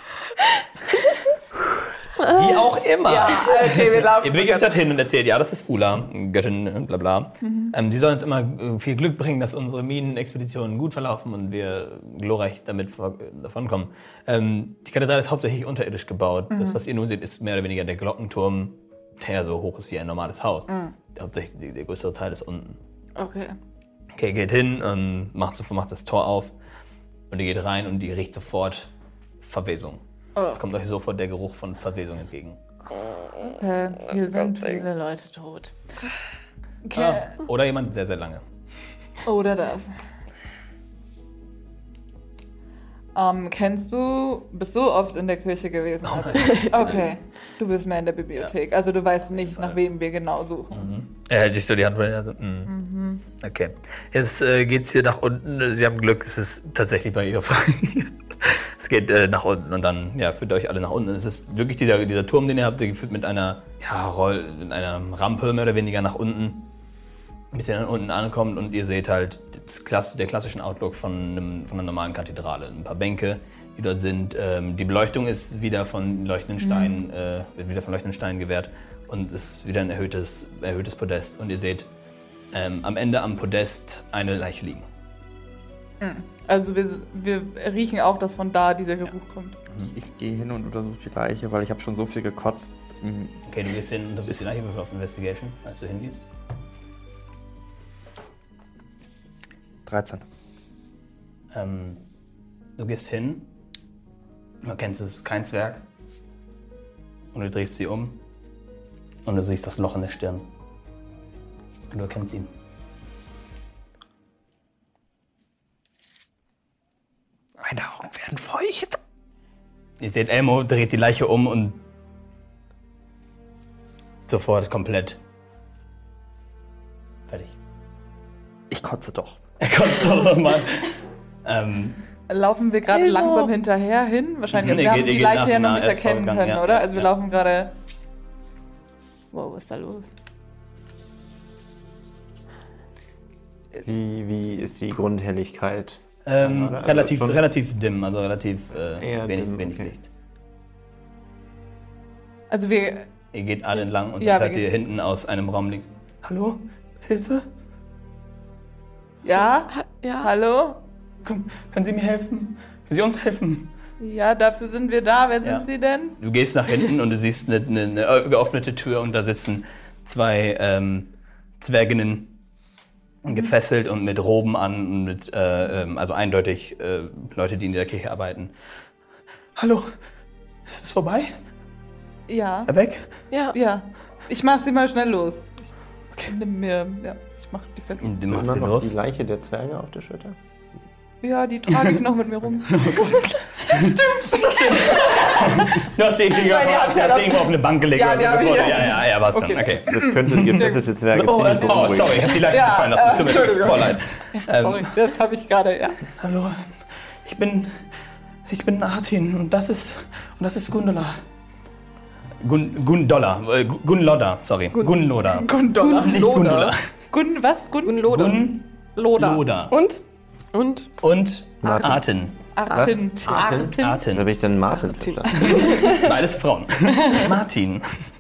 Wie auch immer. Ja, okay, wir laufen. Ihr bewegt euch dorthin und erzählt, das ist Ula, Göttin, bla bla. Die sollen uns immer viel Glück bringen, dass unsere Minenexpeditionen gut verlaufen und wir glorreich damit davonkommen. Die Kathedrale ist hauptsächlich unterirdisch gebaut. Das, was ihr nun seht, ist mehr oder weniger der Glockenturm, der so hoch ist wie ein normales Haus. Hauptsächlich der größere Teil ist unten. Okay, geht hin und macht das Tor auf und ihr geht rein und ihr riecht sofort Verwesung. Es kommt euch sofort der Geruch von Verwesung entgegen. Hier sind viele Leute tot. Okay. Oder jemand sehr, sehr lange. Oder das. Bist du oft in der Kirche gewesen? Okay, du bist mehr in der Bibliothek. Also du weißt nicht, nach wem wir genau suchen. Er hält sich so die Hand. Okay. Jetzt geht's hier nach unten. Sie haben Glück, es ist tatsächlich bei ihr frei. Es geht nach unten und dann führt euch alle nach unten. Es ist wirklich dieser Turm, den ihr habt, der führt mit einer Rampe mehr oder weniger nach unten. Bis ihr dann unten ankommt und ihr seht halt der klassischen Outlook von einer normalen Kathedrale. Ein paar Bänke, die dort sind. Die Beleuchtung ist wieder von leuchtenden Steinen, wird wieder von leuchtenden Steinen gewährt und es ist wieder ein erhöhtes Podest. Und ihr seht am Ende am Podest eine Leiche liegen. Also wir riechen auch, dass von da dieser Geruch kommt. Ich gehe hin und untersuche die Leiche, weil ich habe schon so viel gekotzt. Okay, du gehst hin und untersuchst die Leiche auf Investigation, als du hingehst. 13. Du gehst hin, du erkennst, es ist kein Zwerg. Und du drehst sie um und du siehst das Loch in der Stirn. Und du erkennst ihn. Meine Augen werden feucht. Ihr seht, Elmo dreht die Leiche um und sofort komplett fertig. Ich kotze doch. Er kommt doch nochmal. Laufen wir gerade langsam hinterher hin? Wahrscheinlich. Wir haben die Leiche ja noch nicht erkennen können, oder? Also wir laufen gerade... Wow, was ist da los? Wie ist die Grundhelligkeit? Relativ dim, also relativ wenig Licht. Also ihr geht alle entlang und dann hört ihr hinten aus einem Raum links. Hallo? Hilfe? Ja? Hallo? Können Sie mir helfen? Können Sie uns helfen? Ja, dafür sind wir da. Wer sind Sie denn? Du gehst nach hinten und du siehst eine geöffnete Tür und da sitzen zwei Zwerginnen gefesselt und mit Roben an, und also eindeutig Leute, die in der Kirche arbeiten. Hallo, ist es vorbei? Ja. Ist er weg? Ja. Ich mach sie mal schnell los. Ich mach die Fesseln. Du machst sie noch los? Die Leiche der Zwerge auf der Schulter? Ja, die trage ich noch mit mir rum. Stimmt. Was ist das denn? Du hast die irgendwo auf eine Bank gelegt. Ja, die hab ich. Ja, war's dann. Okay. Das könnte gefesselte Zwerge ziemlich beunruhigen. Sorry, ich hab die Leiche gefallen lassen. Das tut mir wirklich voll leid. Sorry, das habe ich gerade, ja. Hallo, ich bin Artin und das ist Gundola. Gunloda. Nicht Gundola. Loda. Und Arten. Arten. Da bin ich dann Martin verstanden. Beides Frauen. Martin.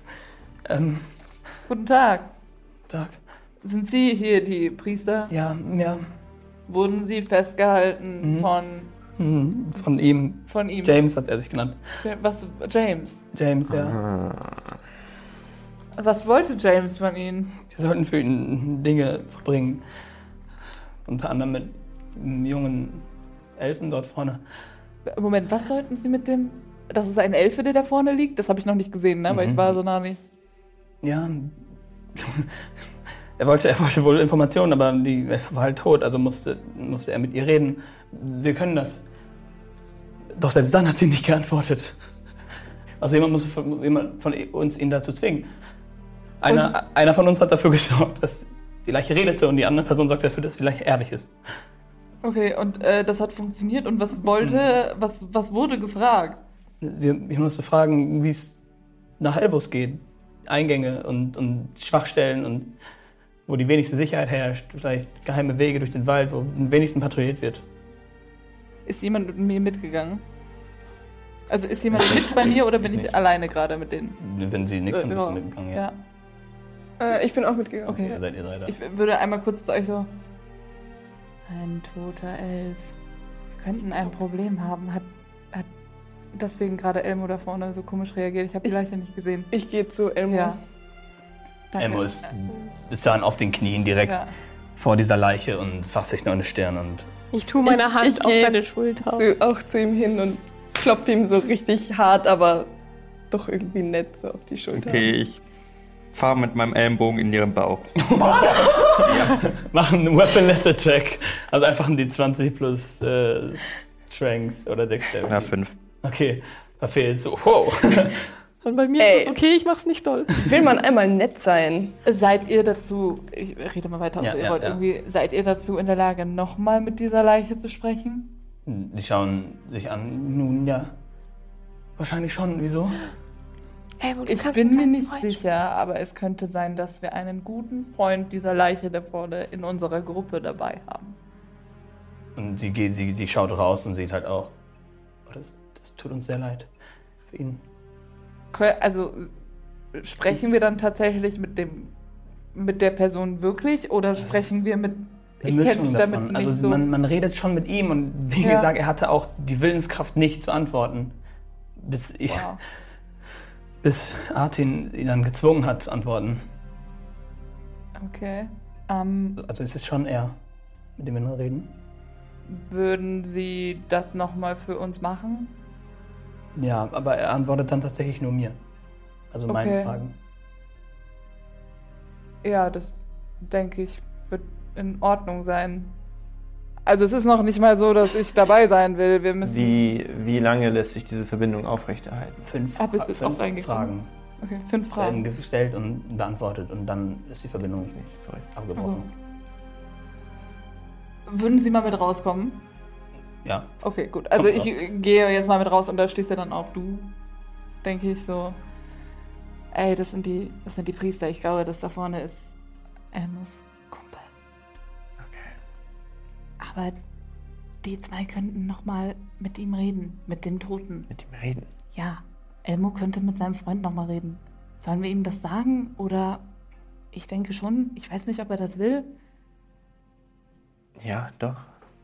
Guten Tag. Tag. Sind Sie hier die Priester? Ja. Wurden Sie festgehalten Von ihm. Von ihm? James hat er sich genannt. Was? James? James, ja. Was wollte James von Ihnen? Wir sollten für ihn Dinge verbringen. Unter anderem mit einem jungen Elfen dort vorne. Moment, was sollten Sie mit dem... Das ist ein Elfe, der da vorne liegt? Das habe ich noch nicht gesehen, ne? Weil ich war so nah nicht... Ja. Er wollte wohl Informationen, aber die Elfe war halt tot, also musste er mit ihr reden. Wir können das. Doch selbst dann hat sie nicht geantwortet. Also jemand von uns ihn dazu zwingen. Einer von uns hat dafür gesorgt, dass die Leiche redete und die andere Person sorgte dafür, dass die Leiche ehrlich ist. Okay, und das hat funktioniert. Und was wurde gefragt? Wir mussten fragen, wie es nach Elvos geht. Eingänge und Schwachstellen und wo die wenigste Sicherheit herrscht. Vielleicht geheime Wege durch den Wald, wo am wenigsten patrouilliert wird. Ist jemand mit mir mitgegangen? Also ist jemand mit bei mir oder bin ich alleine gerade mit denen? Wenn sie nicken, bist du mitgegangen, ja. Ich bin auch mitgegangen. Okay. Ja, seid ihr drei da. Ich würde einmal kurz zu euch so... Ein toter Elf. Wir könnten ein Problem haben. Hat deswegen gerade Elmo da vorne so komisch reagiert. Ich habe die Leiche nicht gesehen. Ich gehe zu Elmo. Ja. Danke. Elmo ist dann auf den Knien direkt vor dieser Leiche und fasst sich nur an die Stirn und... Ich tue meine Hand auf seine Schulter. Auch zu ihm hin und klopfe ihm so richtig hart, aber doch irgendwie nett so auf die Schulter. Okay, ich fahre mit meinem Ellenbogen in ihren Bauch. Mach einen Weaponless-Attack. Also einfach ein D20 plus Strength oder Dexterity. Ja, 5. Okay, verfehlt so. Wow. Und bei mir ist es okay, ich mach's nicht doll. Will man einmal nett sein? Seid ihr dazu, ich rede mal weiter, irgendwie, seid ihr dazu in der Lage, nochmal mit dieser Leiche zu sprechen? Die schauen sich an. Nun ja, wahrscheinlich schon. Wieso? Ich bin mir nicht sicher, aber es könnte sein, dass wir einen guten Freund dieser Leiche da vorne in unserer Gruppe dabei haben. Und sie schaut raus und sieht halt auch, das tut uns sehr leid für ihn. Also sprechen wir dann tatsächlich mit der Person wirklich oder sprechen wir mit... Ich kenne mich damit nicht also so... Man redet schon mit ihm und wie gesagt, er hatte auch die Willenskraft nicht zu antworten, bis Artin ihn dann gezwungen hat zu antworten. Okay. Also es ist schon er, mit dem wir nur reden. Würden Sie das nochmal für uns machen? Ja, aber er antwortet dann tatsächlich nur mir. Also meine Fragen. Ja, das denke ich wird in Ordnung sein. Also es ist noch nicht mal so, dass ich dabei sein will. Wir müssen. Wie lange lässt sich diese Verbindung aufrechterhalten? 5 Fragen. Okay, 5 Fragen. Werden gestellt und beantwortet und dann ist die Verbindung nicht abgebrochen. Würden Sie mal mit rauskommen? Ja. Okay, gut. Also ich gehe jetzt mal mit raus und da stehst ja dann auch du, denke ich so. Ey, das sind die Priester. Ich glaube, das da vorne ist Elmos Kumpel. Okay. Aber die 2 könnten noch mal mit ihm reden, mit dem Toten. Mit ihm reden? Ja, Elmo könnte mit seinem Freund noch mal reden. Sollen wir ihm das sagen oder? Ich denke schon. Ich weiß nicht, ob er das will. Ja, doch.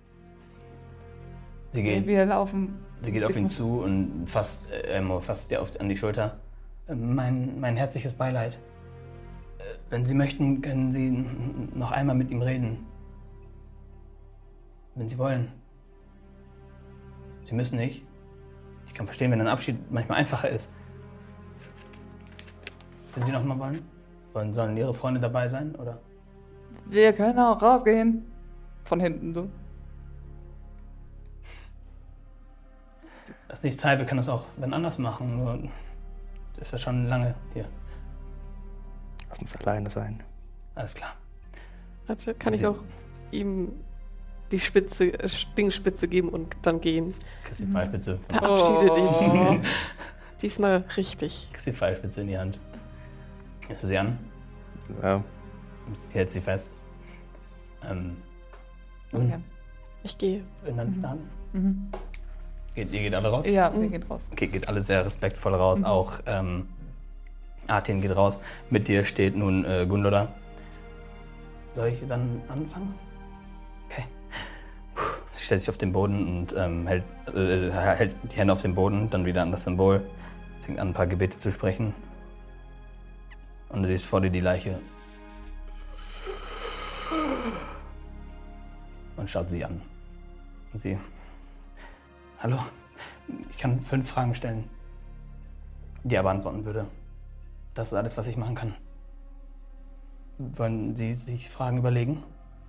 Sie geht laufen. auf ihn zu und fasst dir an die Schulter. Mein herzliches Beileid. Wenn Sie möchten, können Sie noch einmal mit ihm reden. Wenn Sie wollen. Sie müssen nicht. Ich kann verstehen, wenn ein Abschied manchmal einfacher ist. Wenn Sie noch mal wollen, sollen Ihre Freunde dabei sein, oder? Wir können auch rausgehen. Von hinten, so. Das ist nicht Zeit, wir können das auch wenn anders machen. Nur das ist ja schon lange hier. Lass uns alleine sein. Alles klar. Warte, kann ich auch ihm die Dingspitze geben und dann gehen? Kriegst die Pfeilspitze. Verabschiede dich. Diesmal richtig. Kriegst die Pfeilspitze in die Hand. Nimmst du sie an? Ja. Sie hält sie fest. Okay. Ich gehe. In deinen Hand. Ihr geht alle raus? Ja, wir gehen raus. Okay, geht alle sehr respektvoll raus. Auch Artin geht raus. Mit dir steht nun Gundoda. Soll ich dann anfangen? Okay. Sie stellt sich auf den Boden und hält die Hände auf den Boden, dann wieder an das Symbol. Fängt an, ein paar Gebete zu sprechen. Und du siehst vor dir die Leiche. Und schaut sie an. Und sie... Hallo, ich kann 5 Fragen stellen, die er beantworten würde. Das ist alles, was ich machen kann. Wollen Sie sich Fragen überlegen?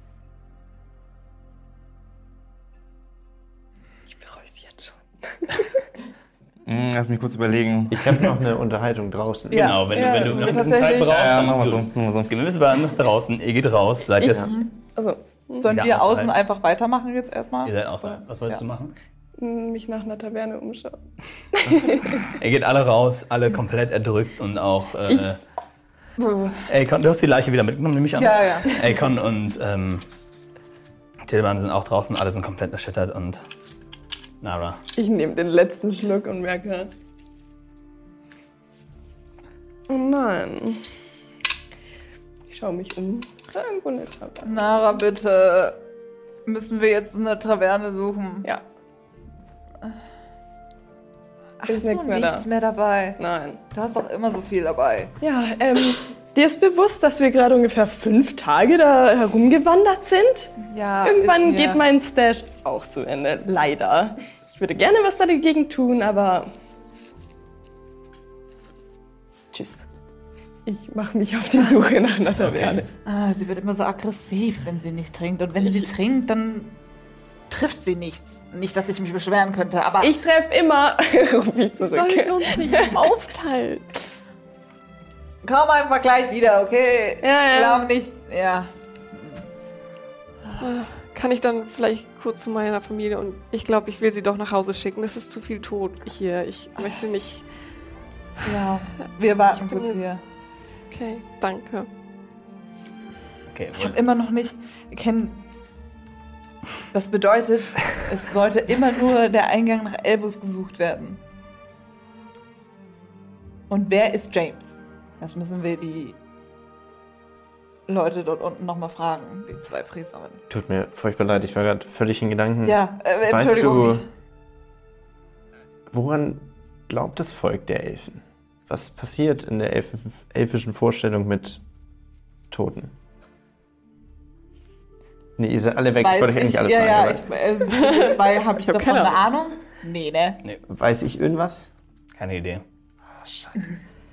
Ich bereue es jetzt schon. Lass mich kurz überlegen. Ich habe noch eine Unterhaltung draußen. Ja. Genau, wenn du noch ein bisschen Zeit brauchst, dann machen wir so. Gehen wir nach draußen, ihr geht raus, seid jetzt... Also, sollen wir außen einfach weitermachen jetzt erstmal? Ihr seid außerhalb. Was wolltest du machen? Mich nach einer Taverne umschauen. Ihr geht alle raus, alle komplett erdrückt und auch... Akon, du hast die Leiche wieder mitgenommen, nehme ich an? Ja. Akon und Tilban sind auch draußen, alle sind komplett erschüttert und Nara. Ich nehme den letzten Schluck und merke... Oh nein. Ich schaue mich um. Ist da irgendwo eine Taverne? Nara, bitte. Müssen wir jetzt eine Taverne suchen? Ja. Ist nichts mehr dabei? Nein. Du hast doch immer so viel dabei. Ja, dir ist bewusst, dass wir gerade ungefähr 5 Tage da herumgewandert sind? Ja. Irgendwann geht mein Stash auch zu Ende, leider. Ich würde gerne was dagegen tun, aber... Tschüss. Ich mache mich auf die Suche nach einer Taverne. Okay. Sie wird immer so aggressiv, wenn sie nicht trinkt. Und wenn sie trinkt, dann trifft sie nichts. Nicht, dass ich mich beschweren könnte, aber... Ich treffe immer, ruf ich zurück. Sollen wir uns nicht aufteilen? Komm einfach gleich wieder, okay? Ja. Glaub nicht... Ja. Kann ich dann vielleicht kurz zu meiner Familie und ich glaube, ich will sie doch nach Hause schicken. Es ist zu viel Tod hier. Ich möchte nicht... Ja, wir warten Ich bin kurz hier. Okay, danke. Okay, Ich habe immer noch nicht das bedeutet, es sollte immer nur der Eingang nach Elbus gesucht werden. Und wer ist James? Das müssen wir die Leute dort unten nochmal fragen, die 2 Priesterinnen. Tut mir furchtbar leid, ich war gerade völlig in Gedanken. Ja, Entschuldigung. Weißt du, woran glaubt das Volk der Elfen? Was passiert in der elfischen Vorstellung mit Toten? Nee, ihr seid alle weg, ich wollte euch eigentlich alle fragen. Habe ich davon eine Ahnung? Nee, ne? Nee. Weiß ich irgendwas? Keine Idee. Scheiße.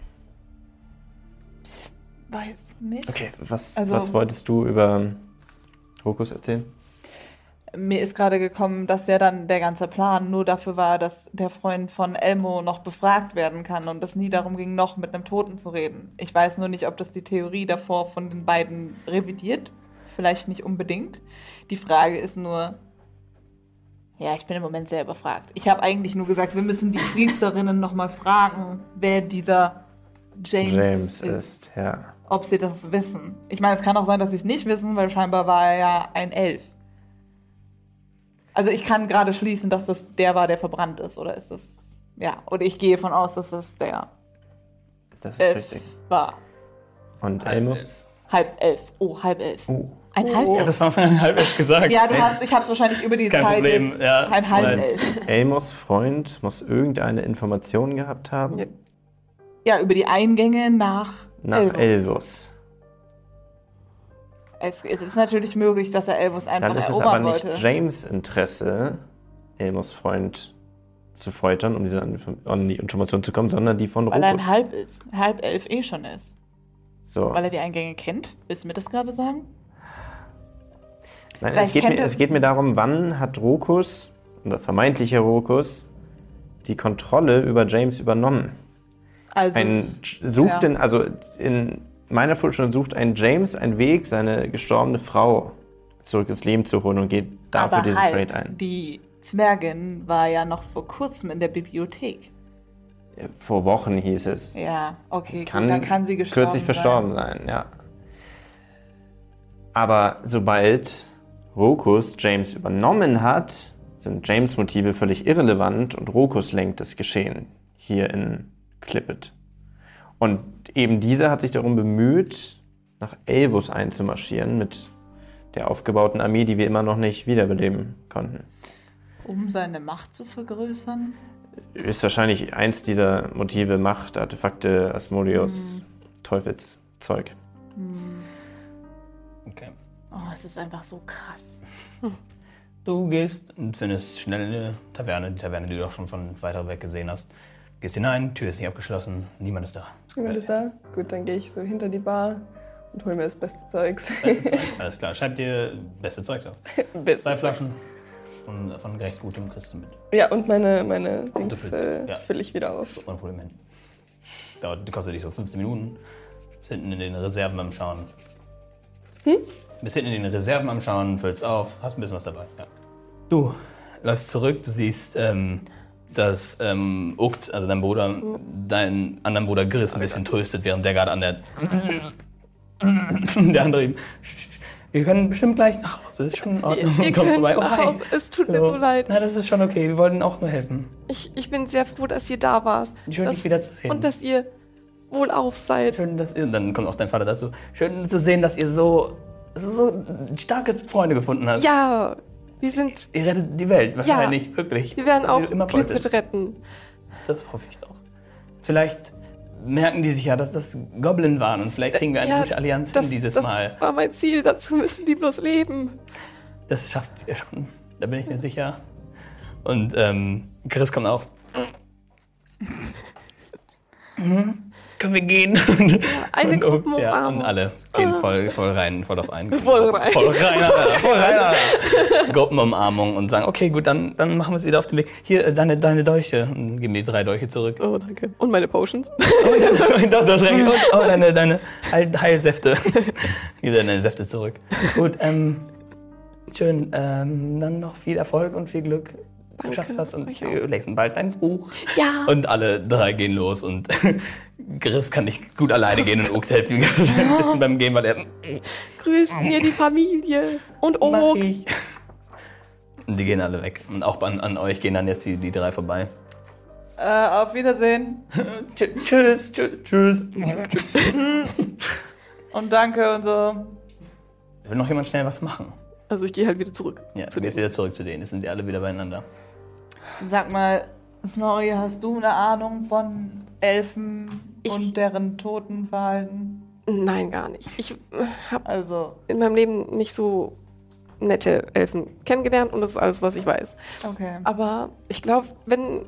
Weiß nicht. Okay, was Also- wolltest du über Rokus erzählen? Mir ist gerade gekommen, dass ja dann der ganze Plan nur dafür war, dass der Freund von Elmo noch befragt werden kann und es nie darum ging, noch mit einem Toten zu reden. Ich weiß nur nicht, ob das die Theorie davor von den beiden revidiert. Vielleicht nicht unbedingt. Die Frage ist nur, ja, ich bin im Moment sehr befragt. Ich habe eigentlich nur gesagt, wir müssen die Priesterinnen nochmal fragen, wer dieser James ist. Ja. Ob sie das wissen. Ich meine, es kann auch sein, dass sie es nicht wissen, weil scheinbar war er ja ein Elf. Also ich kann gerade schließen, dass das der war, der verbrannt ist. Oder ist das... Ja, oder ich gehe von aus, dass das der Das ist Elf richtig. war. Und Elmus? Halb 11. Oh, halb 11. Oh. Ein halb Ja, 11. das war ein halb echt gesagt. Ja, ich habe es wahrscheinlich über die Kein Zeit Problem, jetzt ja. ein halb Nein. 11. Elmos Freund muss irgendeine Information gehabt haben Ja. Ja, über die Eingänge nach Elbus. Elbus. Es ist natürlich möglich, dass er Elbus einfach Dann ist es erobern aber nicht wollte. James' Interesse, Elmos Freund zu foltern, um an die Information zu kommen, sondern die von Weil er Rokus. ein halb ist. Halb 11 eh schon ist. So. Weil er die Eingänge kennt. Willst du mir das gerade sagen? Nein, Vielleicht kennt er- es geht mir darum, wann hat Rokus, oder vermeintlicher Rokus, die Kontrolle über James übernommen? Also, In meiner Vorstellung sucht ein James einen Weg, seine gestorbene Frau zurück ins Leben zu holen und geht dafür aber diesen halt, Trade ein. die Zwergin war ja noch vor kurzem in der Bibliothek. Vor Wochen hieß es. Ja, okay, gut, dann kann sie gestorben kürzlich verstorben sein, ja. Aber sobald Rokus James übernommen hat, sind James' Motive völlig irrelevant und Rokus lenkt das Geschehen hier in Clippet. Und eben dieser hat sich darum bemüht, nach Elbus einzumarschieren mit der aufgebauten Armee, die wir immer noch nicht wiederbeleben konnten. Um seine Macht zu vergrößern? Ist wahrscheinlich eins dieser Motive: Macht, Artefakte, Asmodeus, Teufelszeug. Okay. Oh, es ist einfach so krass. Du gehst und findest schnell eine Taverne, die Taverne, die du auch schon von weiter weg gesehen hast. Gehst hinein, Tür ist nicht abgeschlossen, niemand ist da. Jemand ist da? Gut, dann gehe ich so hinter die Bar und hole mir das beste Zeugs. Beste Zeug, alles klar. Schreib dir beste Zeugs auf. 2 Flaschen von recht gutem kriegst du mit. Ja, und meine Dings füllst, ja. fülle ich wieder auf. Ohne Problem. Die kostet dich so 15 Minuten. Bist hinten in den Reserven am Schauen. Bist hinten in den Reserven am Schauen, füllst auf, hast ein bisschen was dabei. Ja. Du läufst zurück, du siehst, dass Ukt, also dein Bruder, deinen anderen Bruder Gris ein bisschen tröstet, während der gerade an der andere ihm, wir können bestimmt gleich nach Hause, das ist schon in Ordnung. Ihr Komm könnt vorbei. nach hi. Hause. Es tut mir so leid. Na, das ist schon okay, wir wollten auch nur helfen. Ich bin sehr froh, dass ihr da wart. Schön, dich wiederzusehen. Und dass ihr wohlauf seid. Schön, dass ihr, dann kommt auch dein Vater dazu, schön zu sehen, dass ihr so starke Freunde gefunden habt. Ja, wir sind. Ihr rettet die Welt, wahrscheinlich, wirklich. Wir werden Wie auch du immer wolltest. Clippet retten. Das hoffe ich doch. Vielleicht merken die sich ja, dass das Goblin waren und vielleicht kriegen wir eine gute Allianz hin dieses Mal. Das war mein Ziel, dazu müssen die bloß leben. Das schafft ihr schon, da bin ich mir sicher. Und Chris kommt auch. Können wir gehen? Eine und Gruppenumarmung. alle gehen voll rein, voll auf einen. Voll rein. Voll rein, Alter, voll rein, Alter. Gruppenumarmung und sagen, okay, gut, dann machen wir es wieder auf den Weg. Hier, deine Dolche. Und geben die 3 Dolche zurück. Oh, danke. Und meine Potions. Doch, du hast recht. Und deine Heilsäfte. Gib dir deine Säfte zurück. Gut, schön. Dann noch viel Erfolg und viel Glück. Du schaffst das und du lesen bald dein Buch. Ja. Und alle 3 gehen los und Griff kann nicht gut alleine gehen und Oak hilft ihm ein bisschen beim Gehen, weil er... Grüßt mir die Familie und Mach Oak. ich. Und die gehen alle weg. Und auch an euch gehen dann jetzt die 3 vorbei. Auf Wiedersehen. Tschüss. Und danke und so. Will noch jemand schnell was machen? Also ich gehe halt wieder zurück. Ja, du gehst wieder zurück zu denen. Jetzt sind die alle wieder beieinander. Sag mal, Snorri, hast du eine Ahnung von Elfen und deren Totenverhalten? Nein, gar nicht. Ich habe Also, in meinem Leben nicht so nette Elfen kennengelernt und das ist alles, was ich weiß. okay. Aber ich glaube, wenn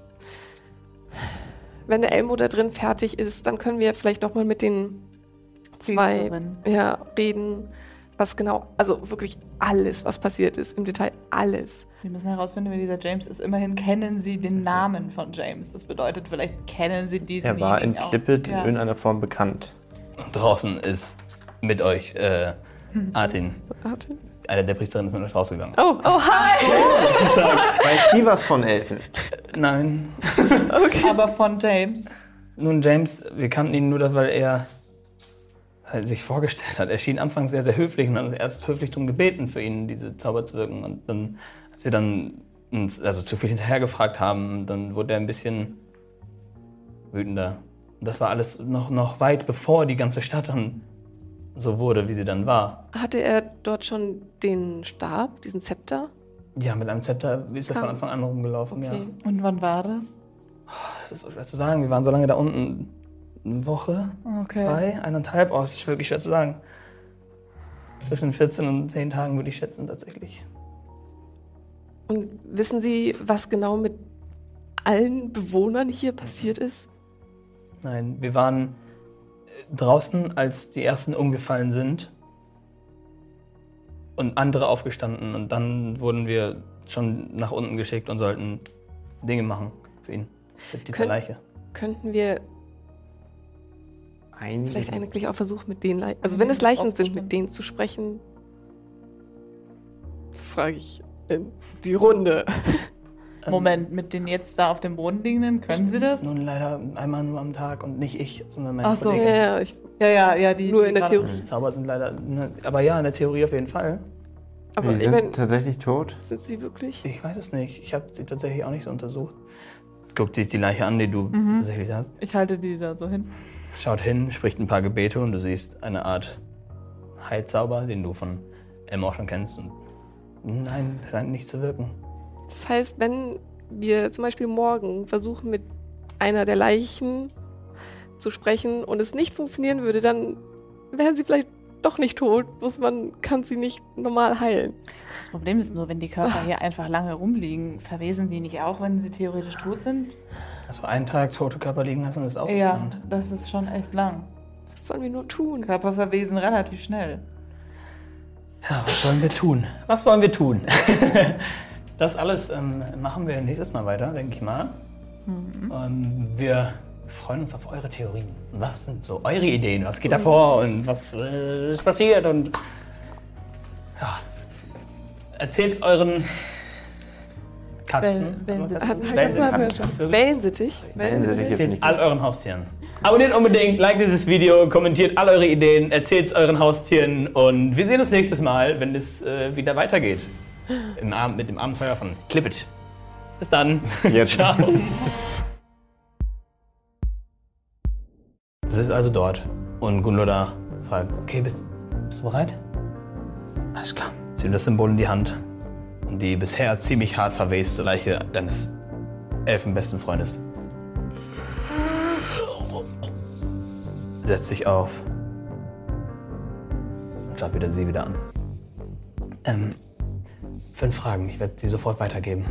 der Elmo da drin fertig ist, dann können wir vielleicht noch mal mit den 2 Priesterin. reden, was genau, also wirklich alles, was passiert ist, im Detail alles. Wir müssen herausfinden, wer dieser James ist. Immerhin kennen sie den Namen von James. Das bedeutet, vielleicht kennen sie diesen. Er war in auch. Klippet in Ja. irgendeiner Form bekannt. Und draußen ist mit euch Artin. Warte. Einer der Priesterinnen ist mit euch rausgegangen. Oh, hi! Weiß die was von Elfen? Nein. Aber von James. Nun, James, wir kannten ihn nur, weil er halt sich vorgestellt hat. Er schien anfangs sehr, sehr höflich und hat uns erst höflich darum gebeten, für ihn diese Zauber zu wirken. Und dann, als wir dann uns zu viel hinterhergefragt haben, dann wurde er ein bisschen wütender. Und das war alles noch weit bevor die ganze Stadt dann so wurde, wie sie dann war. Hatte er dort schon den Stab, diesen Zepter? Ja, mit einem Zepter ist er von Anfang an rumgelaufen, Okay. ja. Und wann war das? Das ist so schwer zu sagen. Wir waren so lange da unten. Eine Woche? Okay. 2? 1,5? Oh, das ist wirklich schwer zu sagen. Zwischen 14 und 10 Tagen würde ich schätzen, tatsächlich. Und wissen Sie, was genau mit allen Bewohnern hier passiert ist? Nein, wir waren draußen, als die ersten umgefallen sind und andere aufgestanden und dann wurden wir schon nach unten geschickt und sollten Dinge machen für ihn, mit dieser Leiche. Könnten wir Eigentlich. vielleicht eigentlich auch versuchen, mit den Leichen, also wenn es Leichen sind, mit denen zu sprechen, frage ich in die Runde. Moment, mit den jetzt da auf dem Boden liegenden, können sie das? Nun leider einmal nur am Tag und nicht ich, sondern meine Ach so. Kollegin. Ja, die. Nur die in der gerade- Theorie. Die Zauber sind leider, aber ja, in der Theorie auf jeden Fall. Aber Die ich sind meine, tatsächlich tot. sind sie wirklich? Ich weiß es nicht. Ich habe sie tatsächlich auch nicht so untersucht. Guck dir die Leiche an, die du tatsächlich hast. Ich halte die da so hin. Schaut hin, spricht ein paar Gebete und du siehst eine Art Heilzauber, den du von Elmore schon kennst. Und nein, scheint nicht zu wirken. Das heißt, wenn wir zum Beispiel morgen versuchen, mit einer der Leichen zu sprechen und es nicht funktionieren würde, dann wären sie vielleicht doch nicht tot, bloß man kann sie nicht normal heilen. Das Problem ist nur, wenn die Körper hier einfach lange rumliegen, verwesen die nicht auch, wenn sie theoretisch tot sind? Also einen Tag tote Körper liegen lassen, ist auch Ja, spannend. das ist schon echt lang. Was sollen wir nur tun? Körper verwesen relativ schnell. Ja, was sollen wir tun? Was wollen wir tun? Das alles machen wir nächstes Mal weiter, denke ich mal. Wir freuen uns auf eure Theorien. Was sind so eure Ideen? Was geht da vor und was ist passiert? Und ja, erzählt's euren Katzen. Wellensittich? Erzählt all euren Haustieren. Abonniert unbedingt, liked dieses Video, kommentiert all eure Ideen, erzählt es euren Haustieren und wir sehen uns nächstes Mal, wenn es wieder weitergeht. Mit dem Abenteuer von Klippet. Bis dann. Jetzt. Ciao. Du sitzt also dort und Gunloda fragt, okay, bist du bereit? Alles klar. Sie nimmt das Symbol in die Hand und die bisher ziemlich hart verweste Leiche deines elfenbesten Freundes setzt sich auf und schaut sie wieder an. 5 Fragen, ich werde sie sofort weitergeben.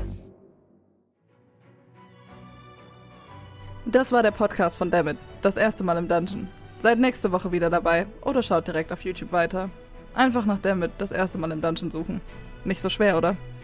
Das war der Podcast von Dammit, das erste Mal im Dungeon. Seid nächste Woche wieder dabei oder schaut direkt auf YouTube weiter. Einfach nach Dammit, das erste Mal im Dungeon suchen. Nicht so schwer, oder?